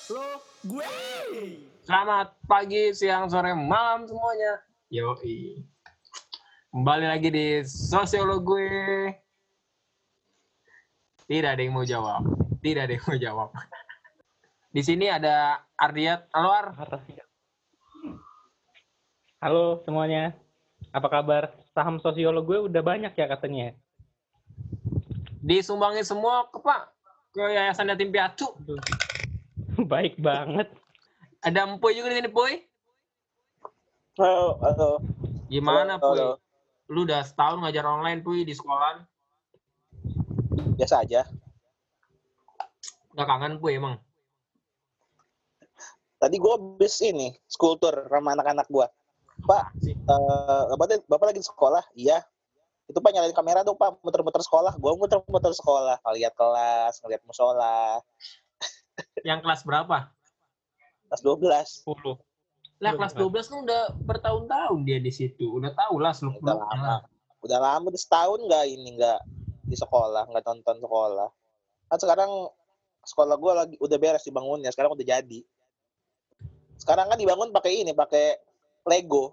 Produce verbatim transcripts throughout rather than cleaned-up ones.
Lo, gue. Selamat pagi, siang, sore, malam semuanya. Yoi. Kembali lagi di Sosiolog gue. Tidak ada yang mau jawab. Tidak ada yang mau jawab. Di sini ada Ardiat. Halo Ar. Halo semuanya. Apa kabar? Saham sosiolog gue udah banyak ya katanya. Disumbangin semua ke Pak ke Yayasan Yatim Piatu. Baik banget. Ada Empoy juga di sini, Poy. Halo, halo. Gimana, Halo, Poy? halo. Lu udah setahun ngajar online, Poy, di sekolah. Biasa aja. Gak kangen, Poy, emang? Tadi gue habis ini, school tour sama anak-anak gue. Pak, uh, bapak, bapak lagi di sekolah? Iya. Itu Pak nyalain kamera dong, Pak. Muter-muter sekolah. Gue muter-muter sekolah. Ngeliat kelas, ngeliat musola. Yang kelas berapa? Kelas dua belas. sepuluh. Lah, kelas dua belas kan udah bertahun-tahun dia di situ. Udah tahu lah Udah seluk-beluknya. lama. Udah lama, udah setahun nggak ini, nggak di sekolah, nggak nonton sekolah. Kan sekarang sekolah gue lagi udah beres dibangunnya. Sekarang udah jadi. Sekarang kan dibangun pakai ini, pakai Lego.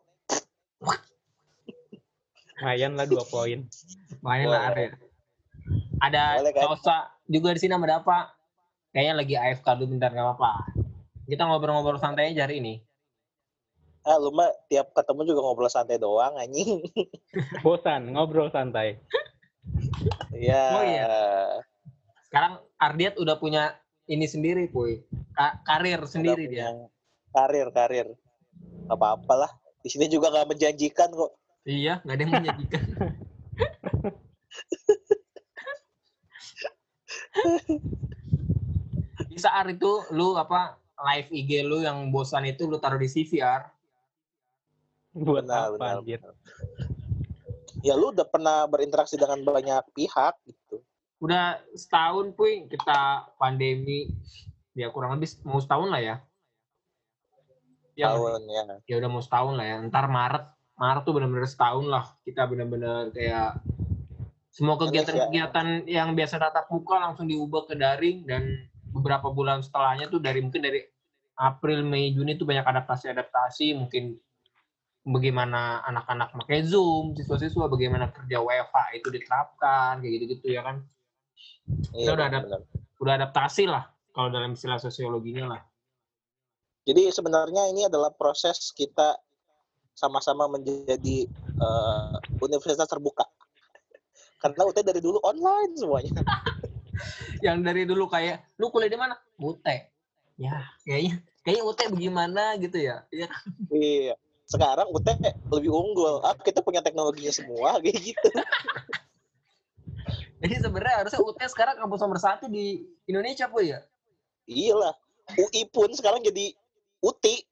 Lumayan lah dua poin. Main lah, Ar, ya. Ada Boleh, kan? Cosa juga di sini sama Dapa. Kayaknya lagi A F K dulu bentar, nggak apa-apa. Kita ngobrol-ngobrol santai aja hari ini. Ah, lu mah tiap ketemu juga ngobrol santai doang, anjing. Bosan ngobrol santai. Iya. Oh, iya. Sekarang Ardiat udah punya ini sendiri, Puy. Ka- karir sendiri Udah dia. punya Karir, karir. Gak apa-apa lah. Di sini juga gak menjanjikan kok. Iya, nggak ada yang menyajikan. Di saat itu lu apa live I G lu yang bosan itu lu taruh di C V, Ar. Buat Benar, apa benar, anjir? benar. Ya lu udah pernah berinteraksi dengan banyak pihak gitu. Udah setahun, Puy, kita pandemi. Ya kurang lebih mau setahun lah ya. Ya, Tahun ya. ya udah mau setahun lah ya. Ntar Maret, Maret tuh benar-benar setahun lah. Kita benar-benar kayak semua kegiatan-kegiatan yang biasa tatap muka langsung diubah ke daring, dan beberapa bulan setelahnya tuh dari mungkin dari April, Mei, Juni tuh banyak adaptasi-adaptasi, mungkin bagaimana anak-anak pakai Zoom, siswa-siswa bagaimana kerja W F H itu diterapkan, kayak gitu-gitu ya kan. Iya, Kita udah ada benar. udah adaptasi lah kalau dalam istilah sosiologinya lah. Jadi sebenarnya ini adalah proses kita sama-sama menjadi uh, universitas terbuka. Karena U T dari dulu online semuanya. Yang dari dulu kayak, lu kuliah di mana? U T. Ya, kayaknya kayaknya U T bagaimana gitu ya. Iya. Iya. Sekarang U T lebih unggul. Ah, kita punya teknologinya semua kayak gitu. Jadi sebenarnya harusnya U T sekarang kampus nomor satu di Indonesia, Pu, ya? Iyalah. U I pun sekarang jadi U T I.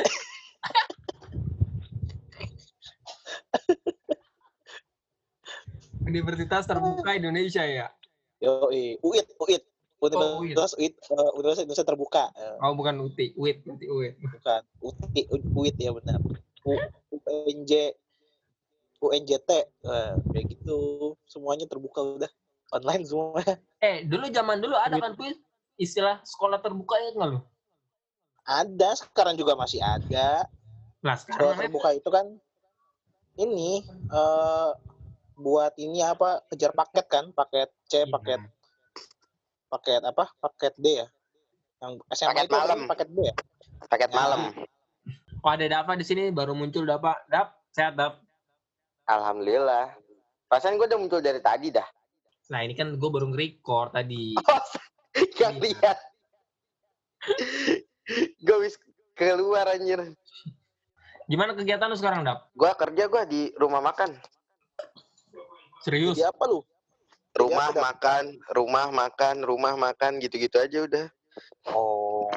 Universitas Terbuka Indonesia ya? Yoi, U I T, U I T. Oh, Universitas U I T, uh, Universitas Indonesia Terbuka. Oh, bukan U T I, U I T, berarti U I T. Bukan, U T I, U I T ya benar. U, UNJ, U N J T, uh, kayak gitu. Semuanya terbuka udah. Online semua. Eh, dulu zaman dulu ada kan, Pu, istilah sekolah terbuka itu nggak lu? Ada, sekarang juga masih ada. Nah, Sekolah sekarang terbuka itu kan ini uh, buat ini apa? Kejar paket kan, paket C, Iya. paket paket apa? Paket D ya. Yang S M A Paket itu malam. paket D ya. Paket Ya. malam. Oh, ada Dapa di sini, baru muncul Dapa. Dap, sehat Dap. Alhamdulillah. Perasaan gue udah muncul dari tadi dah. Nah, ini kan gue baru nge-record tadi. Gak lihat. Gue wis keluar anjir. Gimana kegiatan lu sekarang, Dap? Gue kerja gue di rumah makan. Serius? Jadi apa lu? Rumah Jadi apa, makan, rumah makan, rumah makan, gitu-gitu aja udah. Oh.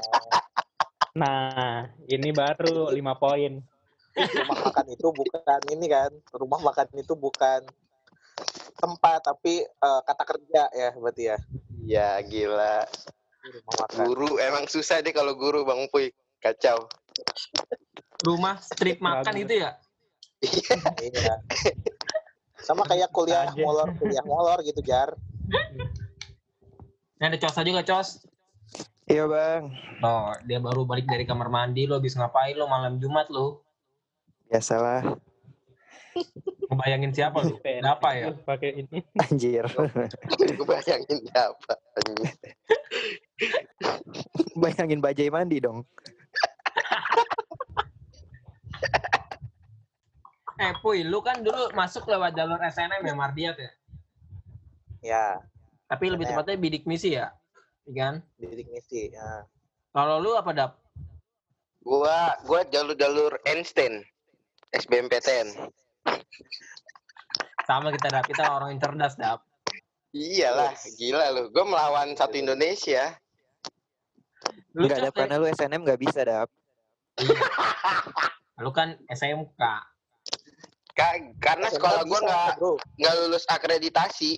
Nah, ini baru lima poin. Rumah makan itu bukan ini kan. Rumah makan itu bukan tempat, tapi uh, kata kerja ya berarti ya. Ya gila. Rumah makan. Guru emang susah deh kalau guru Bang Puy. Kacau. Rumah strip makan Bagus. itu ya? Iya. Sama kayak kuliah Aja. molor, kuliah molor gitu, Jar. Ini ada Cos juga, Cos. Iya bang, No, dia baru balik dari kamar mandi, lo habis ngapain lo malam Jumat lo? biasalah Ngebayangin siapa lo? Ada apa ya? Pakai ini. anjir. Gue bayangin apa anjing. Bayangin bajai mandi dong. Eh, Puy, lu kan dulu masuk lewat jalur S N M ya, Mardiat ya? Ya, Tapi lebih S N M. tepatnya bidik misi ya? Iya kan? bidik misi. Ya. Kalau lu apa, Dap? Gua gua jalur-jalur Einstein S B M P T N. Sama kita, Dap. Kita orang yang cerdas, Dap. Iyalah, gila lu. Gua melawan satu Indonesia. Lu Enggak Dap, Cos, karena lu S N M nggak bisa Dap. Iya. Lu kan S M K. Ka- karena sekolah gua Bisa, nggak bro. nggak lulus akreditasi.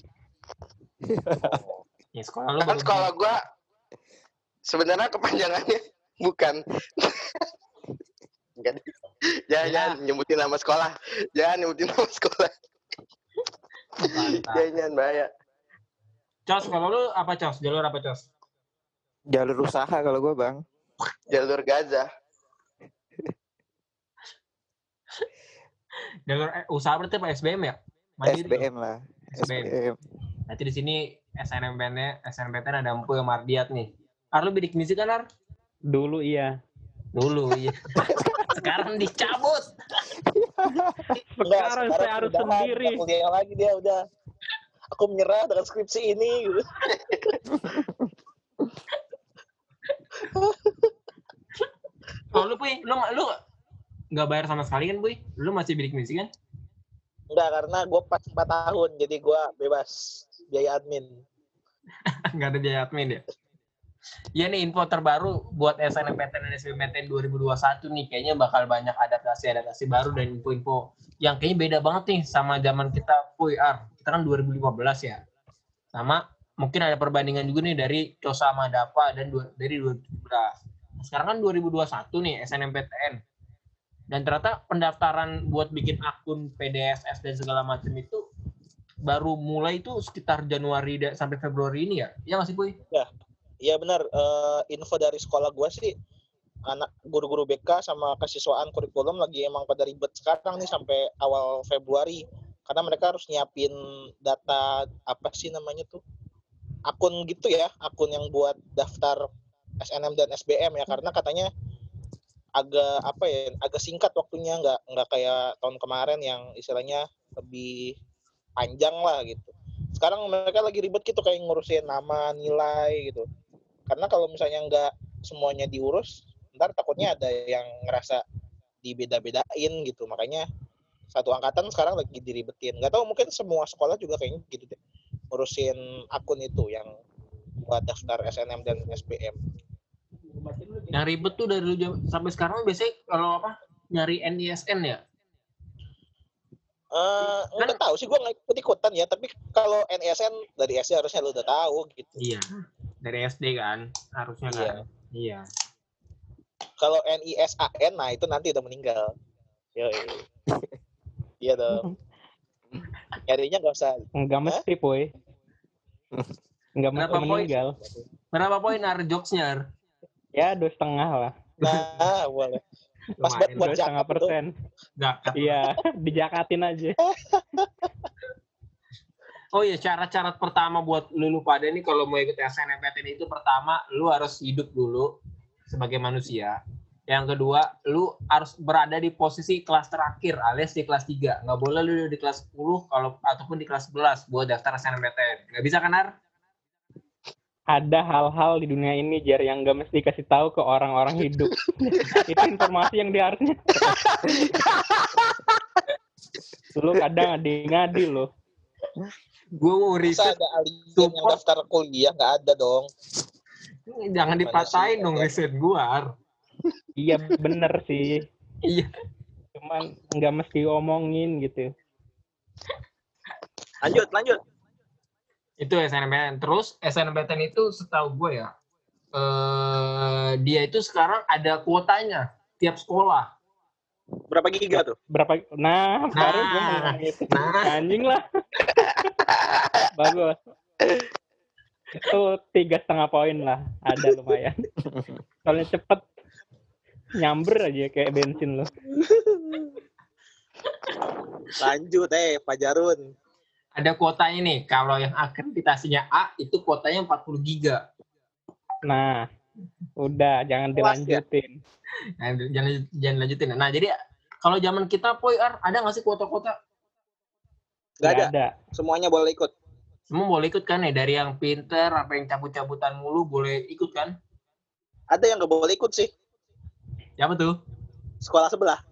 Ya, sekolah lu Kan baru- sekolah gua sebenarnya kepanjangannya bukan. Enggak. Jangan, Ya. jangan nyebutin nama sekolah. Jangan nyebutin nama sekolah. Mantap. Jangan, jangan bahaya. Cos, kalau lu apa, Cos? Jalur apa, Cos? Jalur usaha kalau gue bang. Jalur Gaza. Jalur eh, usaha berarti apa? S B M ya? S B ya? M lah. S B M. S B M. Nanti di sini S N M P T-nya, S N M P T-nya ada Empu yang Mardiat nih. Ar, lu bidik misi kan, Ar? Dulu iya. Dulu, iya. Sekarang dicabut. Enggak, Sekarang saya harus udahan, sendiri. nggak kuliah lagi dia udah. Aku menyerah dengan skripsi ini. Gitu. Oh, lu, Puy, lu, lu nggak bayar sama sekali kan, Puy? Lu masih bidik misi kan? Enggak, karena gue pas empat tahun, jadi gue bebas biaya admin. Nggak ada biaya admin ya? Ya nih, info terbaru buat S N M P T N dan S B M P T N dua ribu dua puluh satu nih. Kayaknya bakal banyak adaptasi-adaptasi baru dan info-info yang kayaknya beda banget nih sama zaman kita, Puy, Ar. Kita kan dua ribu lima belas ya. Sama mungkin ada perbandingan juga nih dari Cosa sama Dapa dan dua, dari dua ribu tujuh belas. Sekarang kan dua ribu dua puluh satu nih S N M P T N. Dan ternyata pendaftaran buat bikin akun P D S S dan segala macam itu baru mulai itu sekitar Januari da- sampai Februari ini ya. Iya nggak sih, Puy? Iya benar, eh, info dari sekolah gue sih, anak guru-guru B K sama kesiswaan kurikulum lagi emang pada ribet sekarang nih sampai awal Februari. Karena mereka harus nyiapin data, apa sih namanya tuh, akun gitu ya, akun yang buat daftar S N M dan S B M ya, karena katanya agak apa ya, agak singkat waktunya, nggak nggak kayak tahun kemarin yang istilahnya lebih panjang lah gitu. Sekarang mereka lagi ribet gitu kayak ngurusin nama, nilai gitu. Karena kalau misalnya nggak semuanya diurus, ntar takutnya ada yang ngerasa dibeda-bedain gitu. Makanya satu angkatan sekarang lagi diribetin. Nggak tahu, mungkin semua sekolah juga kayaknya gitu deh. Ngurusin akun itu yang buat daftar S N M dan S B M. Yang ribet tuh dari dulu jam- sampai sekarang biasanya kalau apa nyari N I S N ya. Uh, nggak tahu sih, gue nggak ikut-ikutan ya. Tapi kalau N I S N dari S D harusnya lo udah tahu gitu. Iya. Dari S D kan harusnya Iya. kan. Iya. Kalau N I S A N, nah itu nanti udah meninggal. Yoi. Iya dong. Nyarinya nggak usah. Enggak mesti, Boy. Enggak mesti Berapa poin? meninggal. Berapa poin Ar jokesnya? Ar? Ya, dua setengah lah. Nah, boleh. Pas buat Lumayan. buat Dua setengah jaket tuh. persen. Zakat. Iya, dijakatin aja. Oh iya, syarat-syarat pertama buat lu, lu pada nih kalau mau ikut S N M P T N itu pertama lu harus hidup dulu sebagai manusia. Yang kedua, lu harus berada di posisi kelas terakhir alias di kelas tiga. Nggak boleh lu di kelas sepuluh kalau ataupun di kelas sebelas buat daftar S N M P T N. Nggak bisa kan, Ar? Ada hal-hal di dunia ini, Jar, yang nggak mesti kasih tahu ke orang-orang hidup. Itu informasi yang diharusnya. Lu kadang ngadi-ngadi lo. Gue mau Masa riset, ada alien yang support. daftar kuliah? Nggak ada dong. Jangan dipatahin dong riset gue, Ar. Iya, bener sih. Iya. Cuman nggak mesti omongin gitu. Lanjut, lanjut. Itu S N M P T N. Terus S N M P T N itu setahu gue ya, eh, dia itu sekarang ada kuotanya tiap sekolah. Berapa giga tuh? Berapa? Nah, baru gue mau ngomong itu. Nah, Anjing lah. Bagus. Itu tiga setengah poin lah, ada lumayan. Soalnya cepet nyamber aja kayak bensin lo. Lanjut eh Pak Jarun. Ada kuotanya nih. Kalau yang akreditasinya A itu kuotanya empat puluh giga. Nah, udah jangan Puas ya? dilanjutin. Nah, jangan jangan lanjutin. Nah, jadi kalau zaman kita Poy Ar, ada nggak sih kuota-kuota? Nggak Nggak ada. ada. Semuanya boleh ikut. Semua boleh ikut kan ya, dari yang pinter apa yang cabut-cabutan mulu boleh ikut kan? Ada yang nggak boleh ikut sih. Siapa tuh? Sekolah sebelah.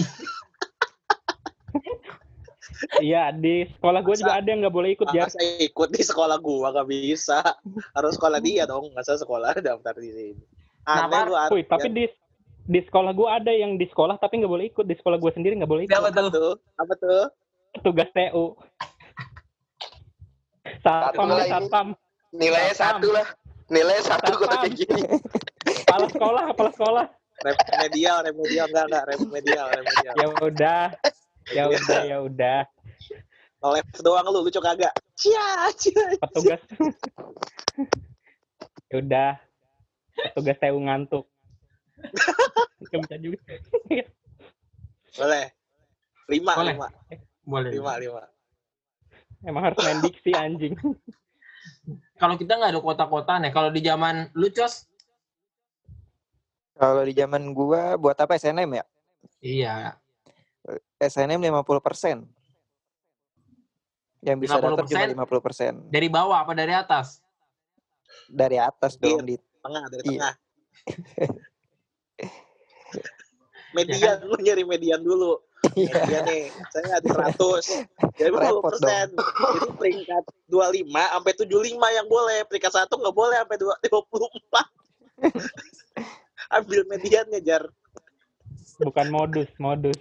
Iya, di sekolah gue juga ada yang nggak boleh ikut, Jar. Masa ikut di sekolah gua nggak bisa. Harus sekolah dia dong. Masa sekolah daftar di sini. Aneh Kenapa? lu Ar. Wih, tapi di di sekolah gue ada yang di sekolah tapi nggak boleh ikut. Di sekolah gue sendiri nggak boleh ikut. Siapa Apa tuh? tuh? Apa tuh? Tugas T U. Satpam, Satu lah deh, ini. satpam. Nilainya Satpam. satu lah. Nilainya satu kalau Satpam. kayak gini. Kepala sekolah, kepala sekolah. Remedial, remedial enggak enggak remedial, remedial. Ya udah, ya udah, ya udah. Nge-live doang lu, lucu kagak? Cia, cia. Petugas. Ya udah. Petugas T U ngantuk. Nggak bisa juga. Boleh. Lima, Boleh. lima, Boleh. lima, lima. Emang harus main diksi anjing. Kalau kita nggak ada kuota-kuota nih. Kalau di zaman lu Cos? Kalau di zaman gua buat apa S N M ya? Iya. S N M lima puluh persen. Yang bisa daftar cuma lima puluh persen. Dari bawah apa dari atas? Dari atas dong di Tengah, dari Iya. tengah. Median, lu nyari median dulu. Median nih, saya ada seratus. Jadi lima puluh Repot persen. Jadi peringkat dua puluh lima sampai tujuh puluh lima yang boleh. Peringkat satu nggak boleh sampai dua puluh empat. Ambil mediannya, Jar. Bukan modus, modus.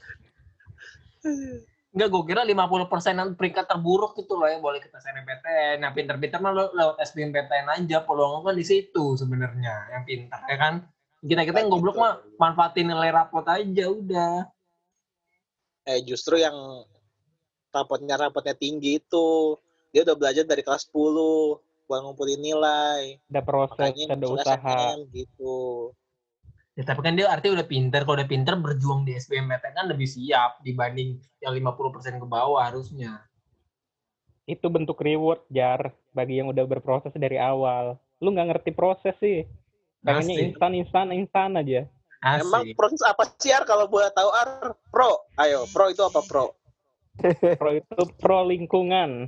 Enggak, gue kira lima puluh persen peringkat terburuk itu loh yang boleh ke S N M P T N. Nah, pinter-pinter mah lo lewat S B M P T N aja. Peluang kan di situ sebenarnya yang pintar, ya kan? Kita-kita yang goblok mah manfaatin nilai rapot aja udah. Eh, justru yang rapotnya rapotnya tinggi itu, dia udah belajar dari kelas sepuluh buat ngumpulin nilai. Ada proses, Makanya ada masuk usaha. S N M gitu. Ya, tapi kan dia artinya udah pinter. Kalau udah pinter, berjuang di S B M P T N kan lebih siap dibanding yang lima puluh persen ke bawah harusnya. Itu bentuk reward, Jar, bagi yang udah berproses dari awal. Lu nggak ngerti proses sih. Pengennya Asik. instan, instan, instan aja. Asik. Emang proses apa sih, Ar, kalau boleh tahu, Ar? Pro. Ayo, pro itu apa, pro? Pro itu pro lingkungan.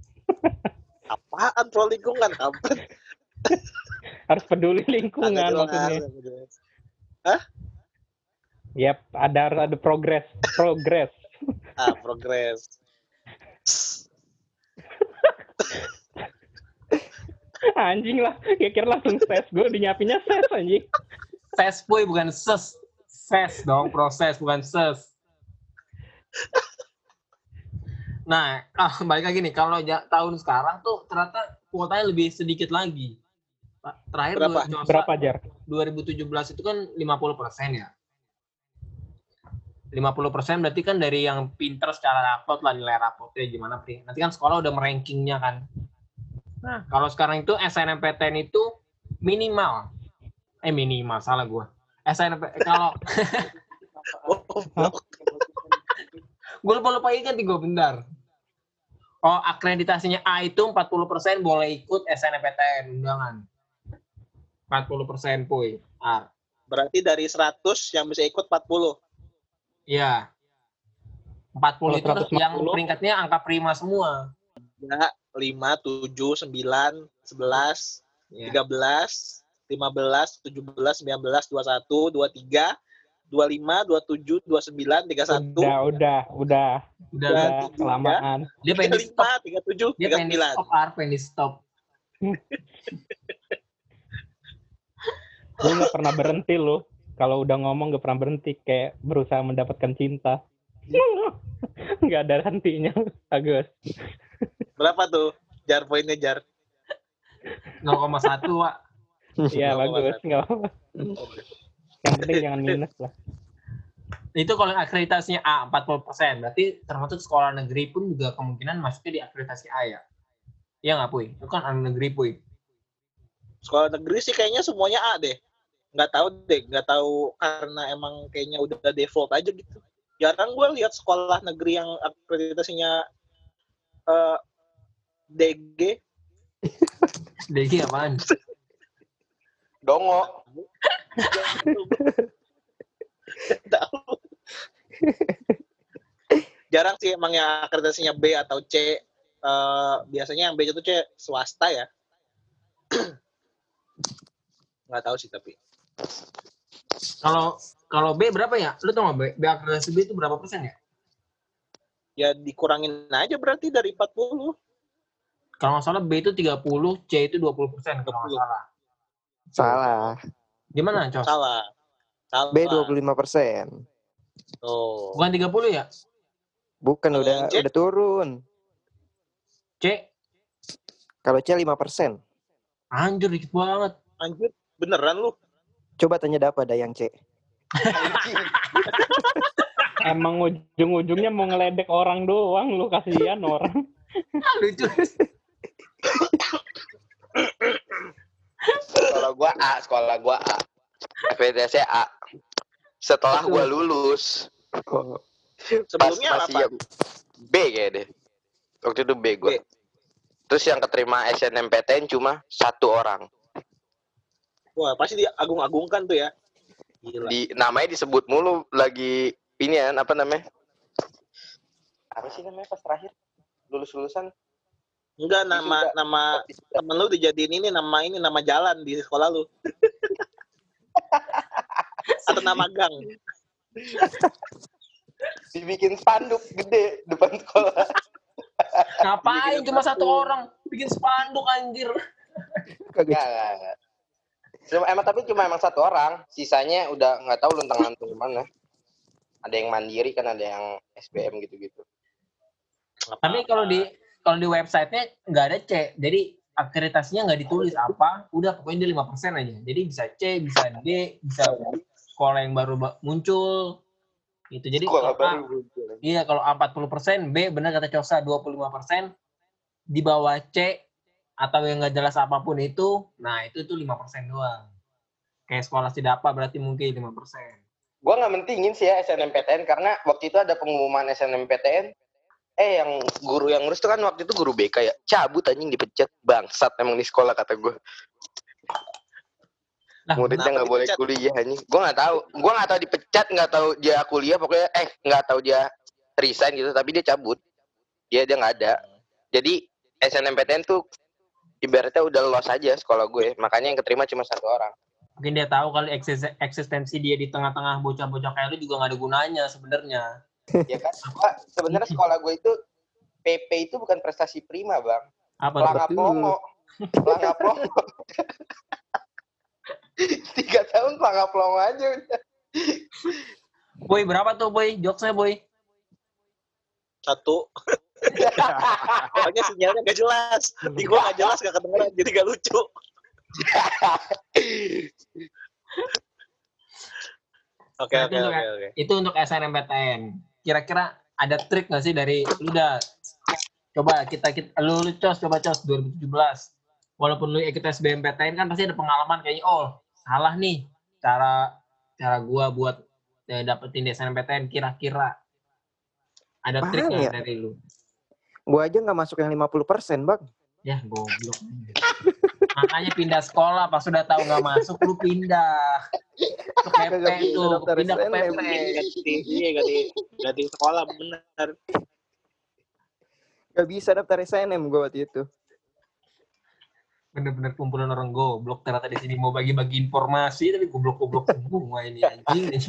Apaan pro lingkungan? Kapan? Harus peduli lingkungan Agak jelas, maksudnya. agak jelas. Yap, ada harus ada progres, progres. Ah, progres. Anjing lah, kira-kira langsung ses. Gue dinyapinya ses anjing. Ses boy bukan ses. Ses dong, proses bukan ses. Nah, ah, balik lagi nih. Kalau ja- tahun sekarang tuh ternyata kuotanya lebih sedikit lagi. Pak, Terakhir Berapa? dua- Berapa, Jar? dua ribu tujuh belas itu kan lima puluh persen ya. lima puluh persen berarti kan dari yang pinter secara rapot lah, nilai rapotnya gimana, Pri. Nanti kan sekolah udah merankingnya kan. Nah, kalau sekarang itu S N M P T N itu minimal. Eh, minimal, salah gue. S N M P T N, kalau gue lupa-lupa ingat nih gue, bentar. Oh, akreditasinya A itu empat puluh persen boleh ikut S N M P T N undangan. empat puluh persen, Puy. Ah, Berarti dari seratus yang bisa ikut empat puluh. iya. empat puluh itu Kalau seratus lima puluh yang peringkatnya angka prima semua. Ya, lima, tujuh, sembilan, sebelas, Ya. tiga belas, lima belas, tujuh belas, sembilan belas, dua puluh satu, dua puluh tiga, dua puluh lima, dua puluh tujuh, dua puluh sembilan, tiga puluh satu, Udah, udah, udah, Udah, udah tiga, kelamaan. dia pengen tiga di puluh stop. lima, tiga puluh tujuh, Dia tiga pengen puluh di sembilan. stop, Ar, pengen di stop. Gue nggak pernah berhenti loh. Kalau udah ngomong gak pernah berhenti, kayak berusaha mendapatkan cinta. Nggak ada hentinya, Agus. Berapa tuh? Jar poinnya, Jar. nol koma satu, Wak. Iya, nol koma bagus, satu. nggak apa-apa. Yang penting jangan minus lah. Itu kalau akreditasinya A empat puluh persen, berarti termasuk sekolah negeri pun juga kemungkinan masuknya di akreditasi A ya. Iya nggak Puy? Itu kan anak negeri Puy. Sekolah negeri sih kayaknya semuanya A deh. Nggak tahu deh, nggak tahu karena emang kayaknya udah default aja gitu. Jarang gue lihat sekolah negeri yang akreditasinya uh, D G. D G apaan? Dongo. Tahu. Jarang sih emang yang akreditasinya B atau C. Uh, biasanya yang B itu C swasta ya. Nggak tahu sih tapi. Kalau kalau B berapa ya? Lu tau nggak B, B akreditasi B itu berapa persen ya? Ya dikurangin aja berarti dari empat puluh. Kalau nggak salah B itu tiga puluh, C itu dua puluh persen kalau nggak salah. Salah. Gimana, Cos? Salah. Salah. B dua puluh lima persen. Oh. Bukan tiga puluh ya? Bukan, Kalau udah C? udah turun. C? Kalau C lima persen. Anjir, dikit banget. Anjir, beneran lu? Coba tanya Dapa ada yang C. Emang ujung-ujungnya mau ngeledek orang doang, lu kasihan orang. Lucu. Sekolah gua A, sekolah gua A. Akreditasi A. Setelah gua lulus, Oh. pas Sebelumnya masih apa? yang B kayak deh. Waktu itu B gua. B. Terus yang keterima S N M P T N cuma satu orang. Wah, pasti diagung-agungkan tuh ya. Gila. Di namanya disebut mulu lagi ini ya, apa namanya? Apa sih namanya pas terakhir? Lulus-lulusan? Enggak, nama Wisuda. nama temen lu dijadiin ini nama ini nama jalan di sekolah lu. Atau nama gang. Dibikin spanduk gede depan sekolah. Ngapain cuma satu orang bikin spanduk anjir. Enggak, enggak, enggak. Cuma, emang tapi cuma emang satu orang, sisanya udah nggak tahu luntang-lantung gimana. Ada yang mandiri kan, ada yang S B M gitu-gitu. Tapi kalau di kalau di websitenya nggak ada C, jadi akreditasinya nggak ditulis apa, udah pokoknya dia lima persen aja. Jadi bisa C, bisa D, bisa sekolah yang baru muncul. Gitu. Jadi Sekolah kalau baru. A, iya kalau A empat puluh persen, B benar kata Cosa dua puluh lima persen, di bawah C atau yang nggak jelas apapun itu, nah itu tuh lima persen doang. Kayak sekolah Sidapa berarti mungkin lima persen. Gua nggak mentingin sih ya S N M P T N karena waktu itu ada pengumuman S N M P T N. Eh yang guru yang ngurus tuh kan waktu itu guru B K ya. Cabut anjing, dipecat, bangsat emang di sekolah kata gue. Nah, Muridnya nggak boleh dipecat? kuliah anjing. Gua nggak tahu. Gua nggak tahu dipecat, nggak tahu dia kuliah, pokoknya eh nggak tahu dia resign gitu, tapi dia cabut. Dia dia nggak ada. Jadi S N M P T N tuh ibaratnya udah loss aja sekolah gue. Makanya yang keterima cuma satu orang. mungkin dia tahu kali eksis- eksistensi dia di tengah-tengah bocah-bocah kayak lu juga nggak ada gunanya sebenarnya. Ya kan? Gua, sebenarnya sekolah gue itu P P itu bukan prestasi prima, Bang. Apa tuh? Pelangap longo. Pelangap longo. Tiga tahun pelangap longo aja udah. Boy, berapa tuh Boy? Jokesnya Boy? Satu. Soalnya sinyalnya gak jelas. Di gua gak jelas, gak kedengeran, jadi gak lucu. Oke, Nah, oke, itu untuk- oke, oke. Itu untuk S N M P T N. Kira-kira ada trik nggak sih dari lu dah? Coba kita, kita lu, lu cos, coba cos dua ribu tujuh belas. Walaupun lu ikut S B M P T N kan pasti ada pengalaman kayaknya, oh salah nih cara cara gua buat eh, dapetin di S N M P T N, kira-kira ada Apaan trik nggak ya? dari lu? Gua aja nggak masuk yang lima puluh persen, Bang. Ya goblok. Makanya pindah sekolah pas sudah tahu nggak masuk lu pindah ke P P Kagak bisa tuh, daftar pindah ke S N M. P P. Ganti, iya, ganti, ganti sekolah, bener. Gak bisa daftar S N M gua waktu itu. Bener-bener kumpulan orang goblok ternyata di sini mau bagi-bagi informasi tapi goblok-goblok semua ini anjing.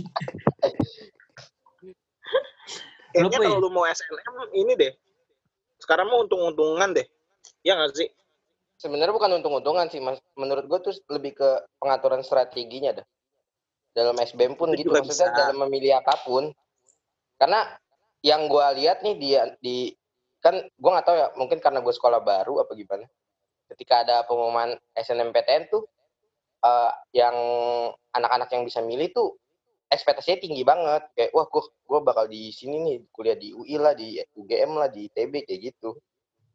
Lu, Kayaknya Puy, kalau lu mau S N M, ini deh. Sekarang mau untung-untungan deh. Ya nggak sih? Sebenarnya bukan untung-untungan sih, Mas. Menurut gue tuh lebih ke pengaturan strateginya dah. Dalam S B M pun Itu gitu, juga maksudnya bisa. dalam memilih apapun. Karena yang gue lihat nih dia di kan gue nggak tahu ya, mungkin karena gue sekolah baru apa gimana. Ketika ada pengumuman S N M P T N tuh, uh, yang anak-anak yang bisa milih tuh ekspektasinya tinggi banget. Kayak wah gue gue bakal di sini nih kuliah di U I lah, di U G M lah, di I T B kayak gitu.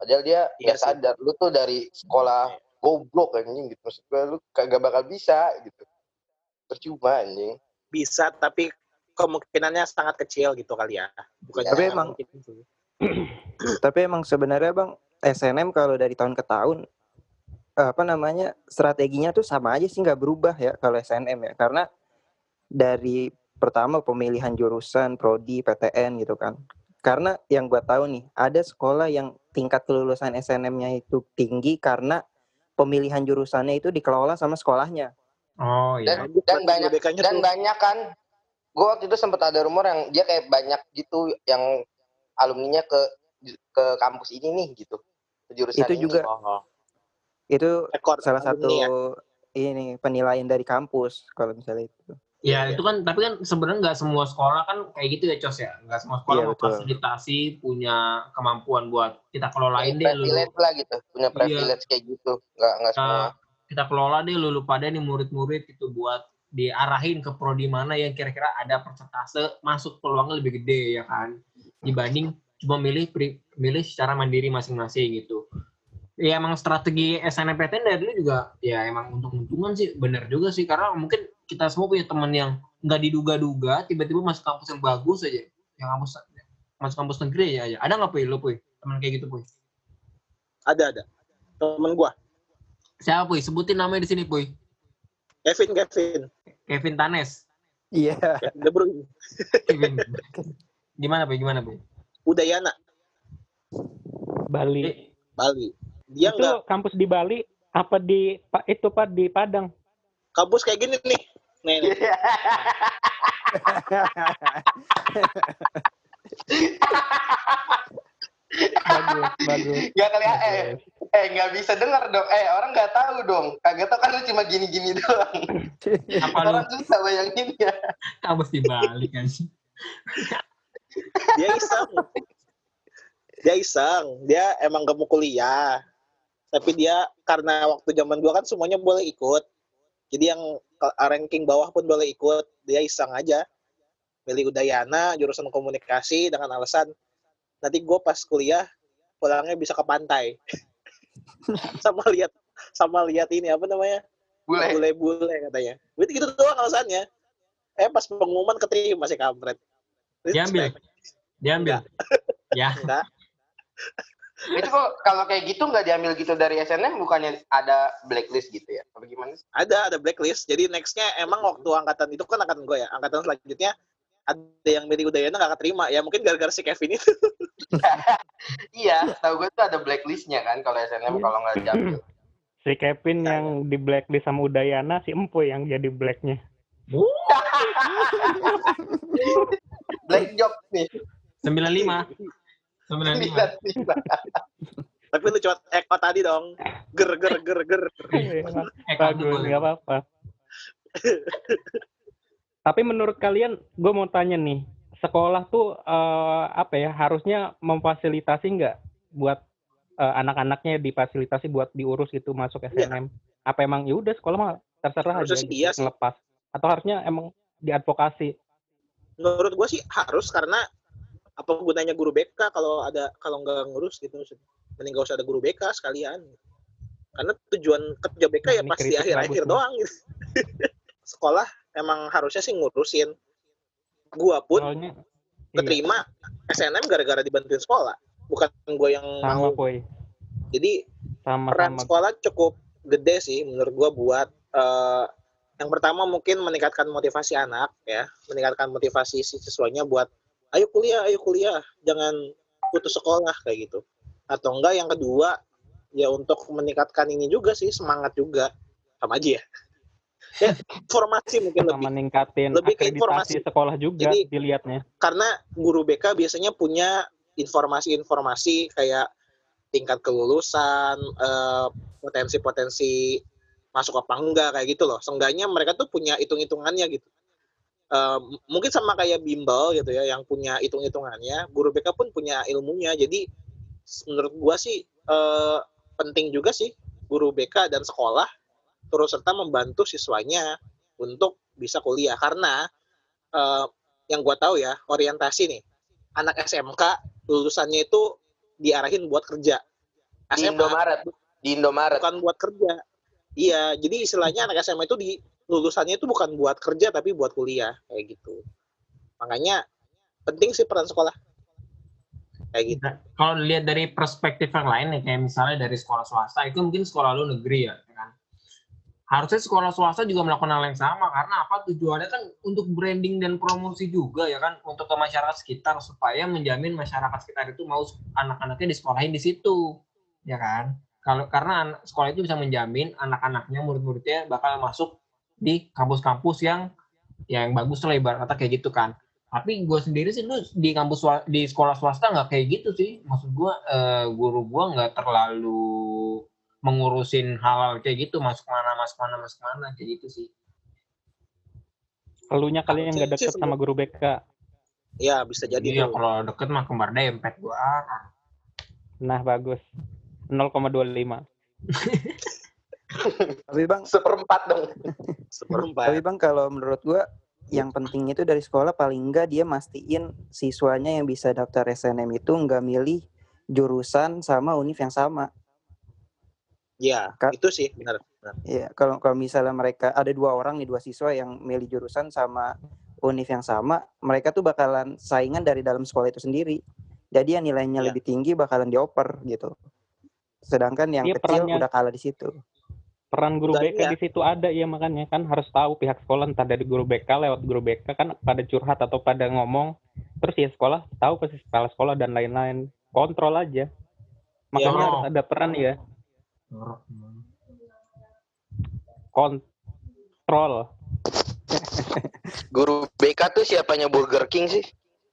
Padahal dia Iya nggak sih. sadar lu tuh dari sekolah goblok anjing gitu. Maksud gue lu kagak bakal bisa gitu. Percuma anjing. Bisa, tapi kemungkinannya sangat kecil gitu kali ya. Bukannya Tapi nggak emang mungkin gitu. tapi emang sebenarnya Bang S N M kalau dari tahun ke tahun apa namanya strateginya tuh sama aja sih, nggak berubah ya kalau S N M ya, karena dari pertama pemilihan jurusan, prodi, P T N gitu kan. Karena yang gua tahu nih, ada sekolah yang tingkat kelulusan S N M-nya itu tinggi karena pemilihan jurusannya itu dikelola sama sekolahnya. Oh iya. Dan dan banyak B K-nya dan tuh. banyak kan. Gue waktu itu sempat ada rumor yang dia kayak banyak gitu yang alumninya ke ke kampus ini nih gitu. Ke jurusan Itu ini. juga Oh, itu rekor salah satu alumni ya. ini penilaian dari kampus kalau misalnya itu. Ya Iya, itu kan, tapi kan sebenarnya nggak semua sekolah kan kayak gitu ya Cos ya. Nggak semua sekolah Iya, betul. memfasilitasi punya kemampuan buat kita kelolain deh lu. Privilege lah gitu. Punya Iya. privilege kayak gitu. Nggak nggak semua. Kita, kita kelola deh lu, lu pada nih murid-murid itu buat diarahin ke prodi mana yang kira-kira ada persentase masuk peluangnya lebih gede ya kan. Dibanding cuma milih pri, milih secara mandiri masing-masing gitu. Ya emang strategi S N M P T N dari dulu juga ya emang untung-untungan sih, bener juga sih, karena mungkin kita semua punya teman yang nggak diduga-duga tiba-tiba masuk kampus yang bagus aja, yang kampus masuk kampus negeri ya, ya. Ada nggak Puy, lo Puy, teman kayak gitu Puy? Ada ada. Temen gua, Siapa Puy? Sebutin namanya di sini Puy. Kevin Kevin. Kevin Tanes. Iya. Kevin De Bruyne. Kevin. Gimana Puy? Gimana Puy? Udayana, Bali. Bali. Dia Itu nggak kampus di Bali apa di Pak itu Pak di Padang? kampus kayak gini nih. Nih, nih. Bagus, bagus. Nggak kali ya, eh, bagus. eh nggak bisa dengar dong. Eh orang nggak tahu dong. Kagak tahu kan lu cuma gini-gini doang. Apa lu Orang susah bayanginnya. kampus di Bali kan sih? Dia iseng. Dia iseng. Dia emang gak mau kuliah. Tapi dia karena waktu zaman gua kan semuanya boleh ikut. Jadi yang ranking bawah pun boleh ikut. Dia iseng aja. Milih Udayana, jurusan komunikasi dengan alasan nanti gue pas kuliah pulangnya bisa ke pantai. sama lihat sama lihat ini apa namanya? Bule. Bule-bule katanya. Berarti gitu doang alasannya. Eh pas pengumuman keterima si kampret. Diambil. Diambil. Ya. Enggak. Itu kok kalau kayak gitu nggak diambil gitu dari S N M, bukannya ada blacklist gitu ya? Apa gimana sih? Ada, ada blacklist. Jadi nextnya emang waktu angkatan itu kan angkatan gue ya. Angkatan selanjutnya ada yang milih Udayana nggak keterima. Ya mungkin gara-gara si Kevin itu. Iya, tahu gue tuh ada blacklistnya kan kalau S N M kalau nggak diambil. Si Kevin yang di blacklist sama Udayana, si Empu yang jadi blacknya. Black job nih. sembilan puluh lima. sembilan puluh lima. Tapi lu cuma Eko tadi dong. Ger, ger, ger, ger. Eh, Bagus, nggak apa-apa. Tapi menurut kalian, gue mau tanya nih, sekolah tuh eh, apa ya, harusnya memfasilitasi nggak buat eh, anak-anaknya difasilitasi buat diurus gitu masuk S N M? Apa emang ya udah sekolah mah terserah Harusnya aja sih gitu, iya sih. ngelepas? Atau harusnya emang diadvokasi? Menurut gue sih harus, karena apa gunanya guru B K kalau ada kalau nggak ngurus gitu. Mending nggak usah ada guru B K sekalian. Karena tujuan kerja B K Nah, ya ini pasti kritik akhir-akhir bagus, doang gitu. Sekolah emang harusnya sih ngurusin. Gua pun Soalnya keterima S N M gara-gara dibantuin sekolah. Bukan gue yang iya, sama mau. Boy, Jadi peran sama-sama. sekolah cukup gede sih menurut gua buat uh, yang pertama mungkin meningkatkan motivasi anak ya, meningkatkan motivasi si siswanya buat ayo kuliah, ayo kuliah, jangan putus sekolah kayak gitu. Atau enggak yang kedua ya untuk meningkatkan ini juga sih, semangat juga. Sama aja ya. Ya, informasi mungkin Sama lebih meningkatin lebih ke akreditasi informasi. sekolah juga Jadi, dilihatnya. karena guru B K biasanya punya informasi-informasi kayak tingkat kelulusan, eh, potensi-potensi masuk apa enggak kayak gitu loh. Seenggaknya mereka tuh punya hitung-hitungannya gitu. Eh, mungkin sama kayak bimbel gitu ya, yang punya hitung-hitungannya. Guru B K pun punya ilmunya. Jadi menurut gua sih eh, penting juga sih guru B K dan sekolah turut serta membantu siswanya untuk bisa kuliah. Karena eh, yang gua tahu ya, orientasi nih, anak S M K lulusannya itu diarahin buat kerja. Di S M A. Indomaret. Di Indomaret. Bukan buat kerja. Iya, jadi istilahnya anak S M A itu di lulusannya itu bukan buat kerja tapi buat kuliah kayak gitu. Makanya penting sih peran sekolah. Kayak gitu. Nah, kalau dilihat dari perspektif yang lain nih, kayak misalnya dari sekolah swasta, itu mungkin sekolah lu negeri ya, kan? Harusnya sekolah swasta juga melakukan hal yang sama, karena apa? Tujuannya kan untuk branding dan promosi juga ya kan, untuk ke masyarakat sekitar, supaya menjamin masyarakat sekitar itu mau anak-anaknya disekolahin di situ, ya kan? Kalau karena sekolah itu bisa menjamin anak-anaknya, murid-muridnya bakal masuk di kampus-kampus yang yang bagus lah, ibarat kata kayak gitu kan. Tapi gue sendiri sih, lu di kampus di sekolah swasta nggak kayak gitu sih. Maksud gue, eh, guru gue nggak terlalu mengurusin hal-hal kayak gitu, masuk mana, masuk mana, masuk mana, kayak gitu sih. Elunya kali yang nggak deket sama guru B K. Ya bisa jadi. Iya, tuh. kalau deket mah kembar dempet gue. Nah bagus. nol koma dua lima. Tapi bang, Seperempat dong. Seperempat. tapi bang kalau menurut gua yang penting itu dari sekolah paling enggak dia mastiin siswanya yang bisa daftar S N M itu enggak milih jurusan sama univ yang sama. Ya, Ka- itu sih benar. benar. Iya, kalau kalau misalnya mereka ada dua orang nih, dua siswa yang milih jurusan sama univ yang sama, mereka tuh bakalan saingan dari dalam sekolah itu sendiri. Jadi yang nilainya Iya. lebih tinggi bakalan dioper gitu. Sedangkan yang Iya, kecil perannya- udah kalah di situ. Peran guru Udah, B K iya. di situ ada ya, makanya kan harus tahu pihak sekolah, entah dari guru B K lewat guru B K kan pada curhat atau pada ngomong, terus ya sekolah tahu pasti kepala sekolah dan lain-lain, kontrol aja. Makanya Ya, harus ada peran ya, Jorok. kontrol. Guru B K tuh siapanya Burger King sih?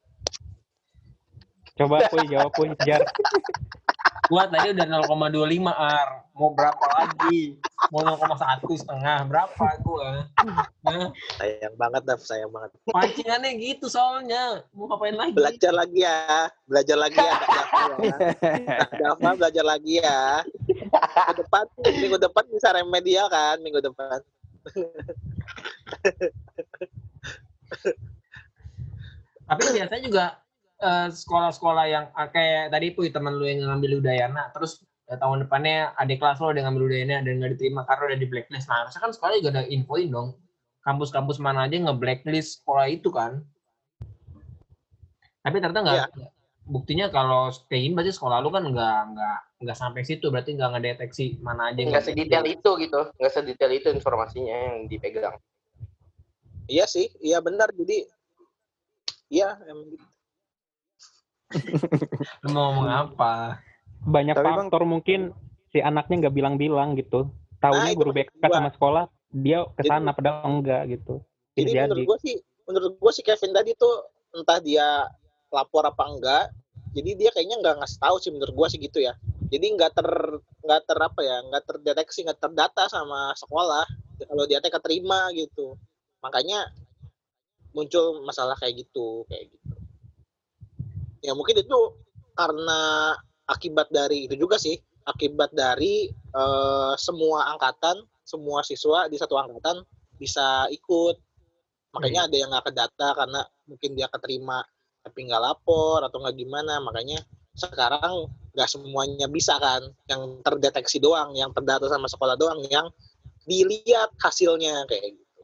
Coba Puy jawab Puy, Jar. Gua tadi udah nol koma dua lima Ar. Mau berapa lagi? Mau nol koma satu setengah berapa gua? Nah, Sayang banget, Daf. Sayang banget. pancingannya gitu soalnya. Mau ngapain lagi? Belajar lagi ya. Belajar lagi ya, Dafa ya. Dafa belajar lagi ya. Minggu depan, minggu depan bisa remedial kan? Minggu depan. Tapi biasanya juga eh, sekolah-sekolah yang ah, kayak tadi Puy, teman lu yang ngambil Udayana, terus eh, tahun depannya adik kelas lo udah ngambil Udayana dan nggak diterima karena udah di blacklist. Nah, harusnya kan sekolah juga ada infoin dong. Kampus-kampus mana aja nge-blacklist sekolah itu kan. Tapi ternyata nggak. Iya. Buktinya kalau kayak gini berarti sekolah lu kan nggak nggak nggak sampai situ, berarti nggak ngedeteksi mana aja yang Nggak sedetail itu gitu. Nggak sedetail itu informasinya yang dipegang. Iya sih, iya benar. Jadi, iya emang gitu. Lu mau ngomong apa? Banyak Tapi Bang- faktor mungkin si anaknya nggak bilang-bilang gitu. Taunya Nah, itu guru B K maksud gua. sama sekolah, dia kesana Jadi- padahal enggak gitu. Bisa Jadi jadi. menurut gue sih, menurut gue sih Kevin tadi tuh entah dia lapor apa enggak, jadi dia kayaknya nggak ngasih tahu sih menurut gue sih gitu ya. Jadi nggak ter nggak ter apa ya, nggak terdeteksi, nggak terdata sama sekolah kalau dia teh keterima gitu. Makanya muncul masalah kayak gitu, kayak gitu. Ya mungkin itu karena akibat dari itu juga sih, akibat dari eh, semua angkatan, semua siswa di satu angkatan bisa ikut. Makanya ada yang nggak kedata karena mungkin dia keterima tapi nggak lapor atau nggak gimana. Makanya sekarang nggak semuanya bisa kan, yang terdeteksi doang, yang terdata sama sekolah doang, yang dilihat hasilnya kayak gitu.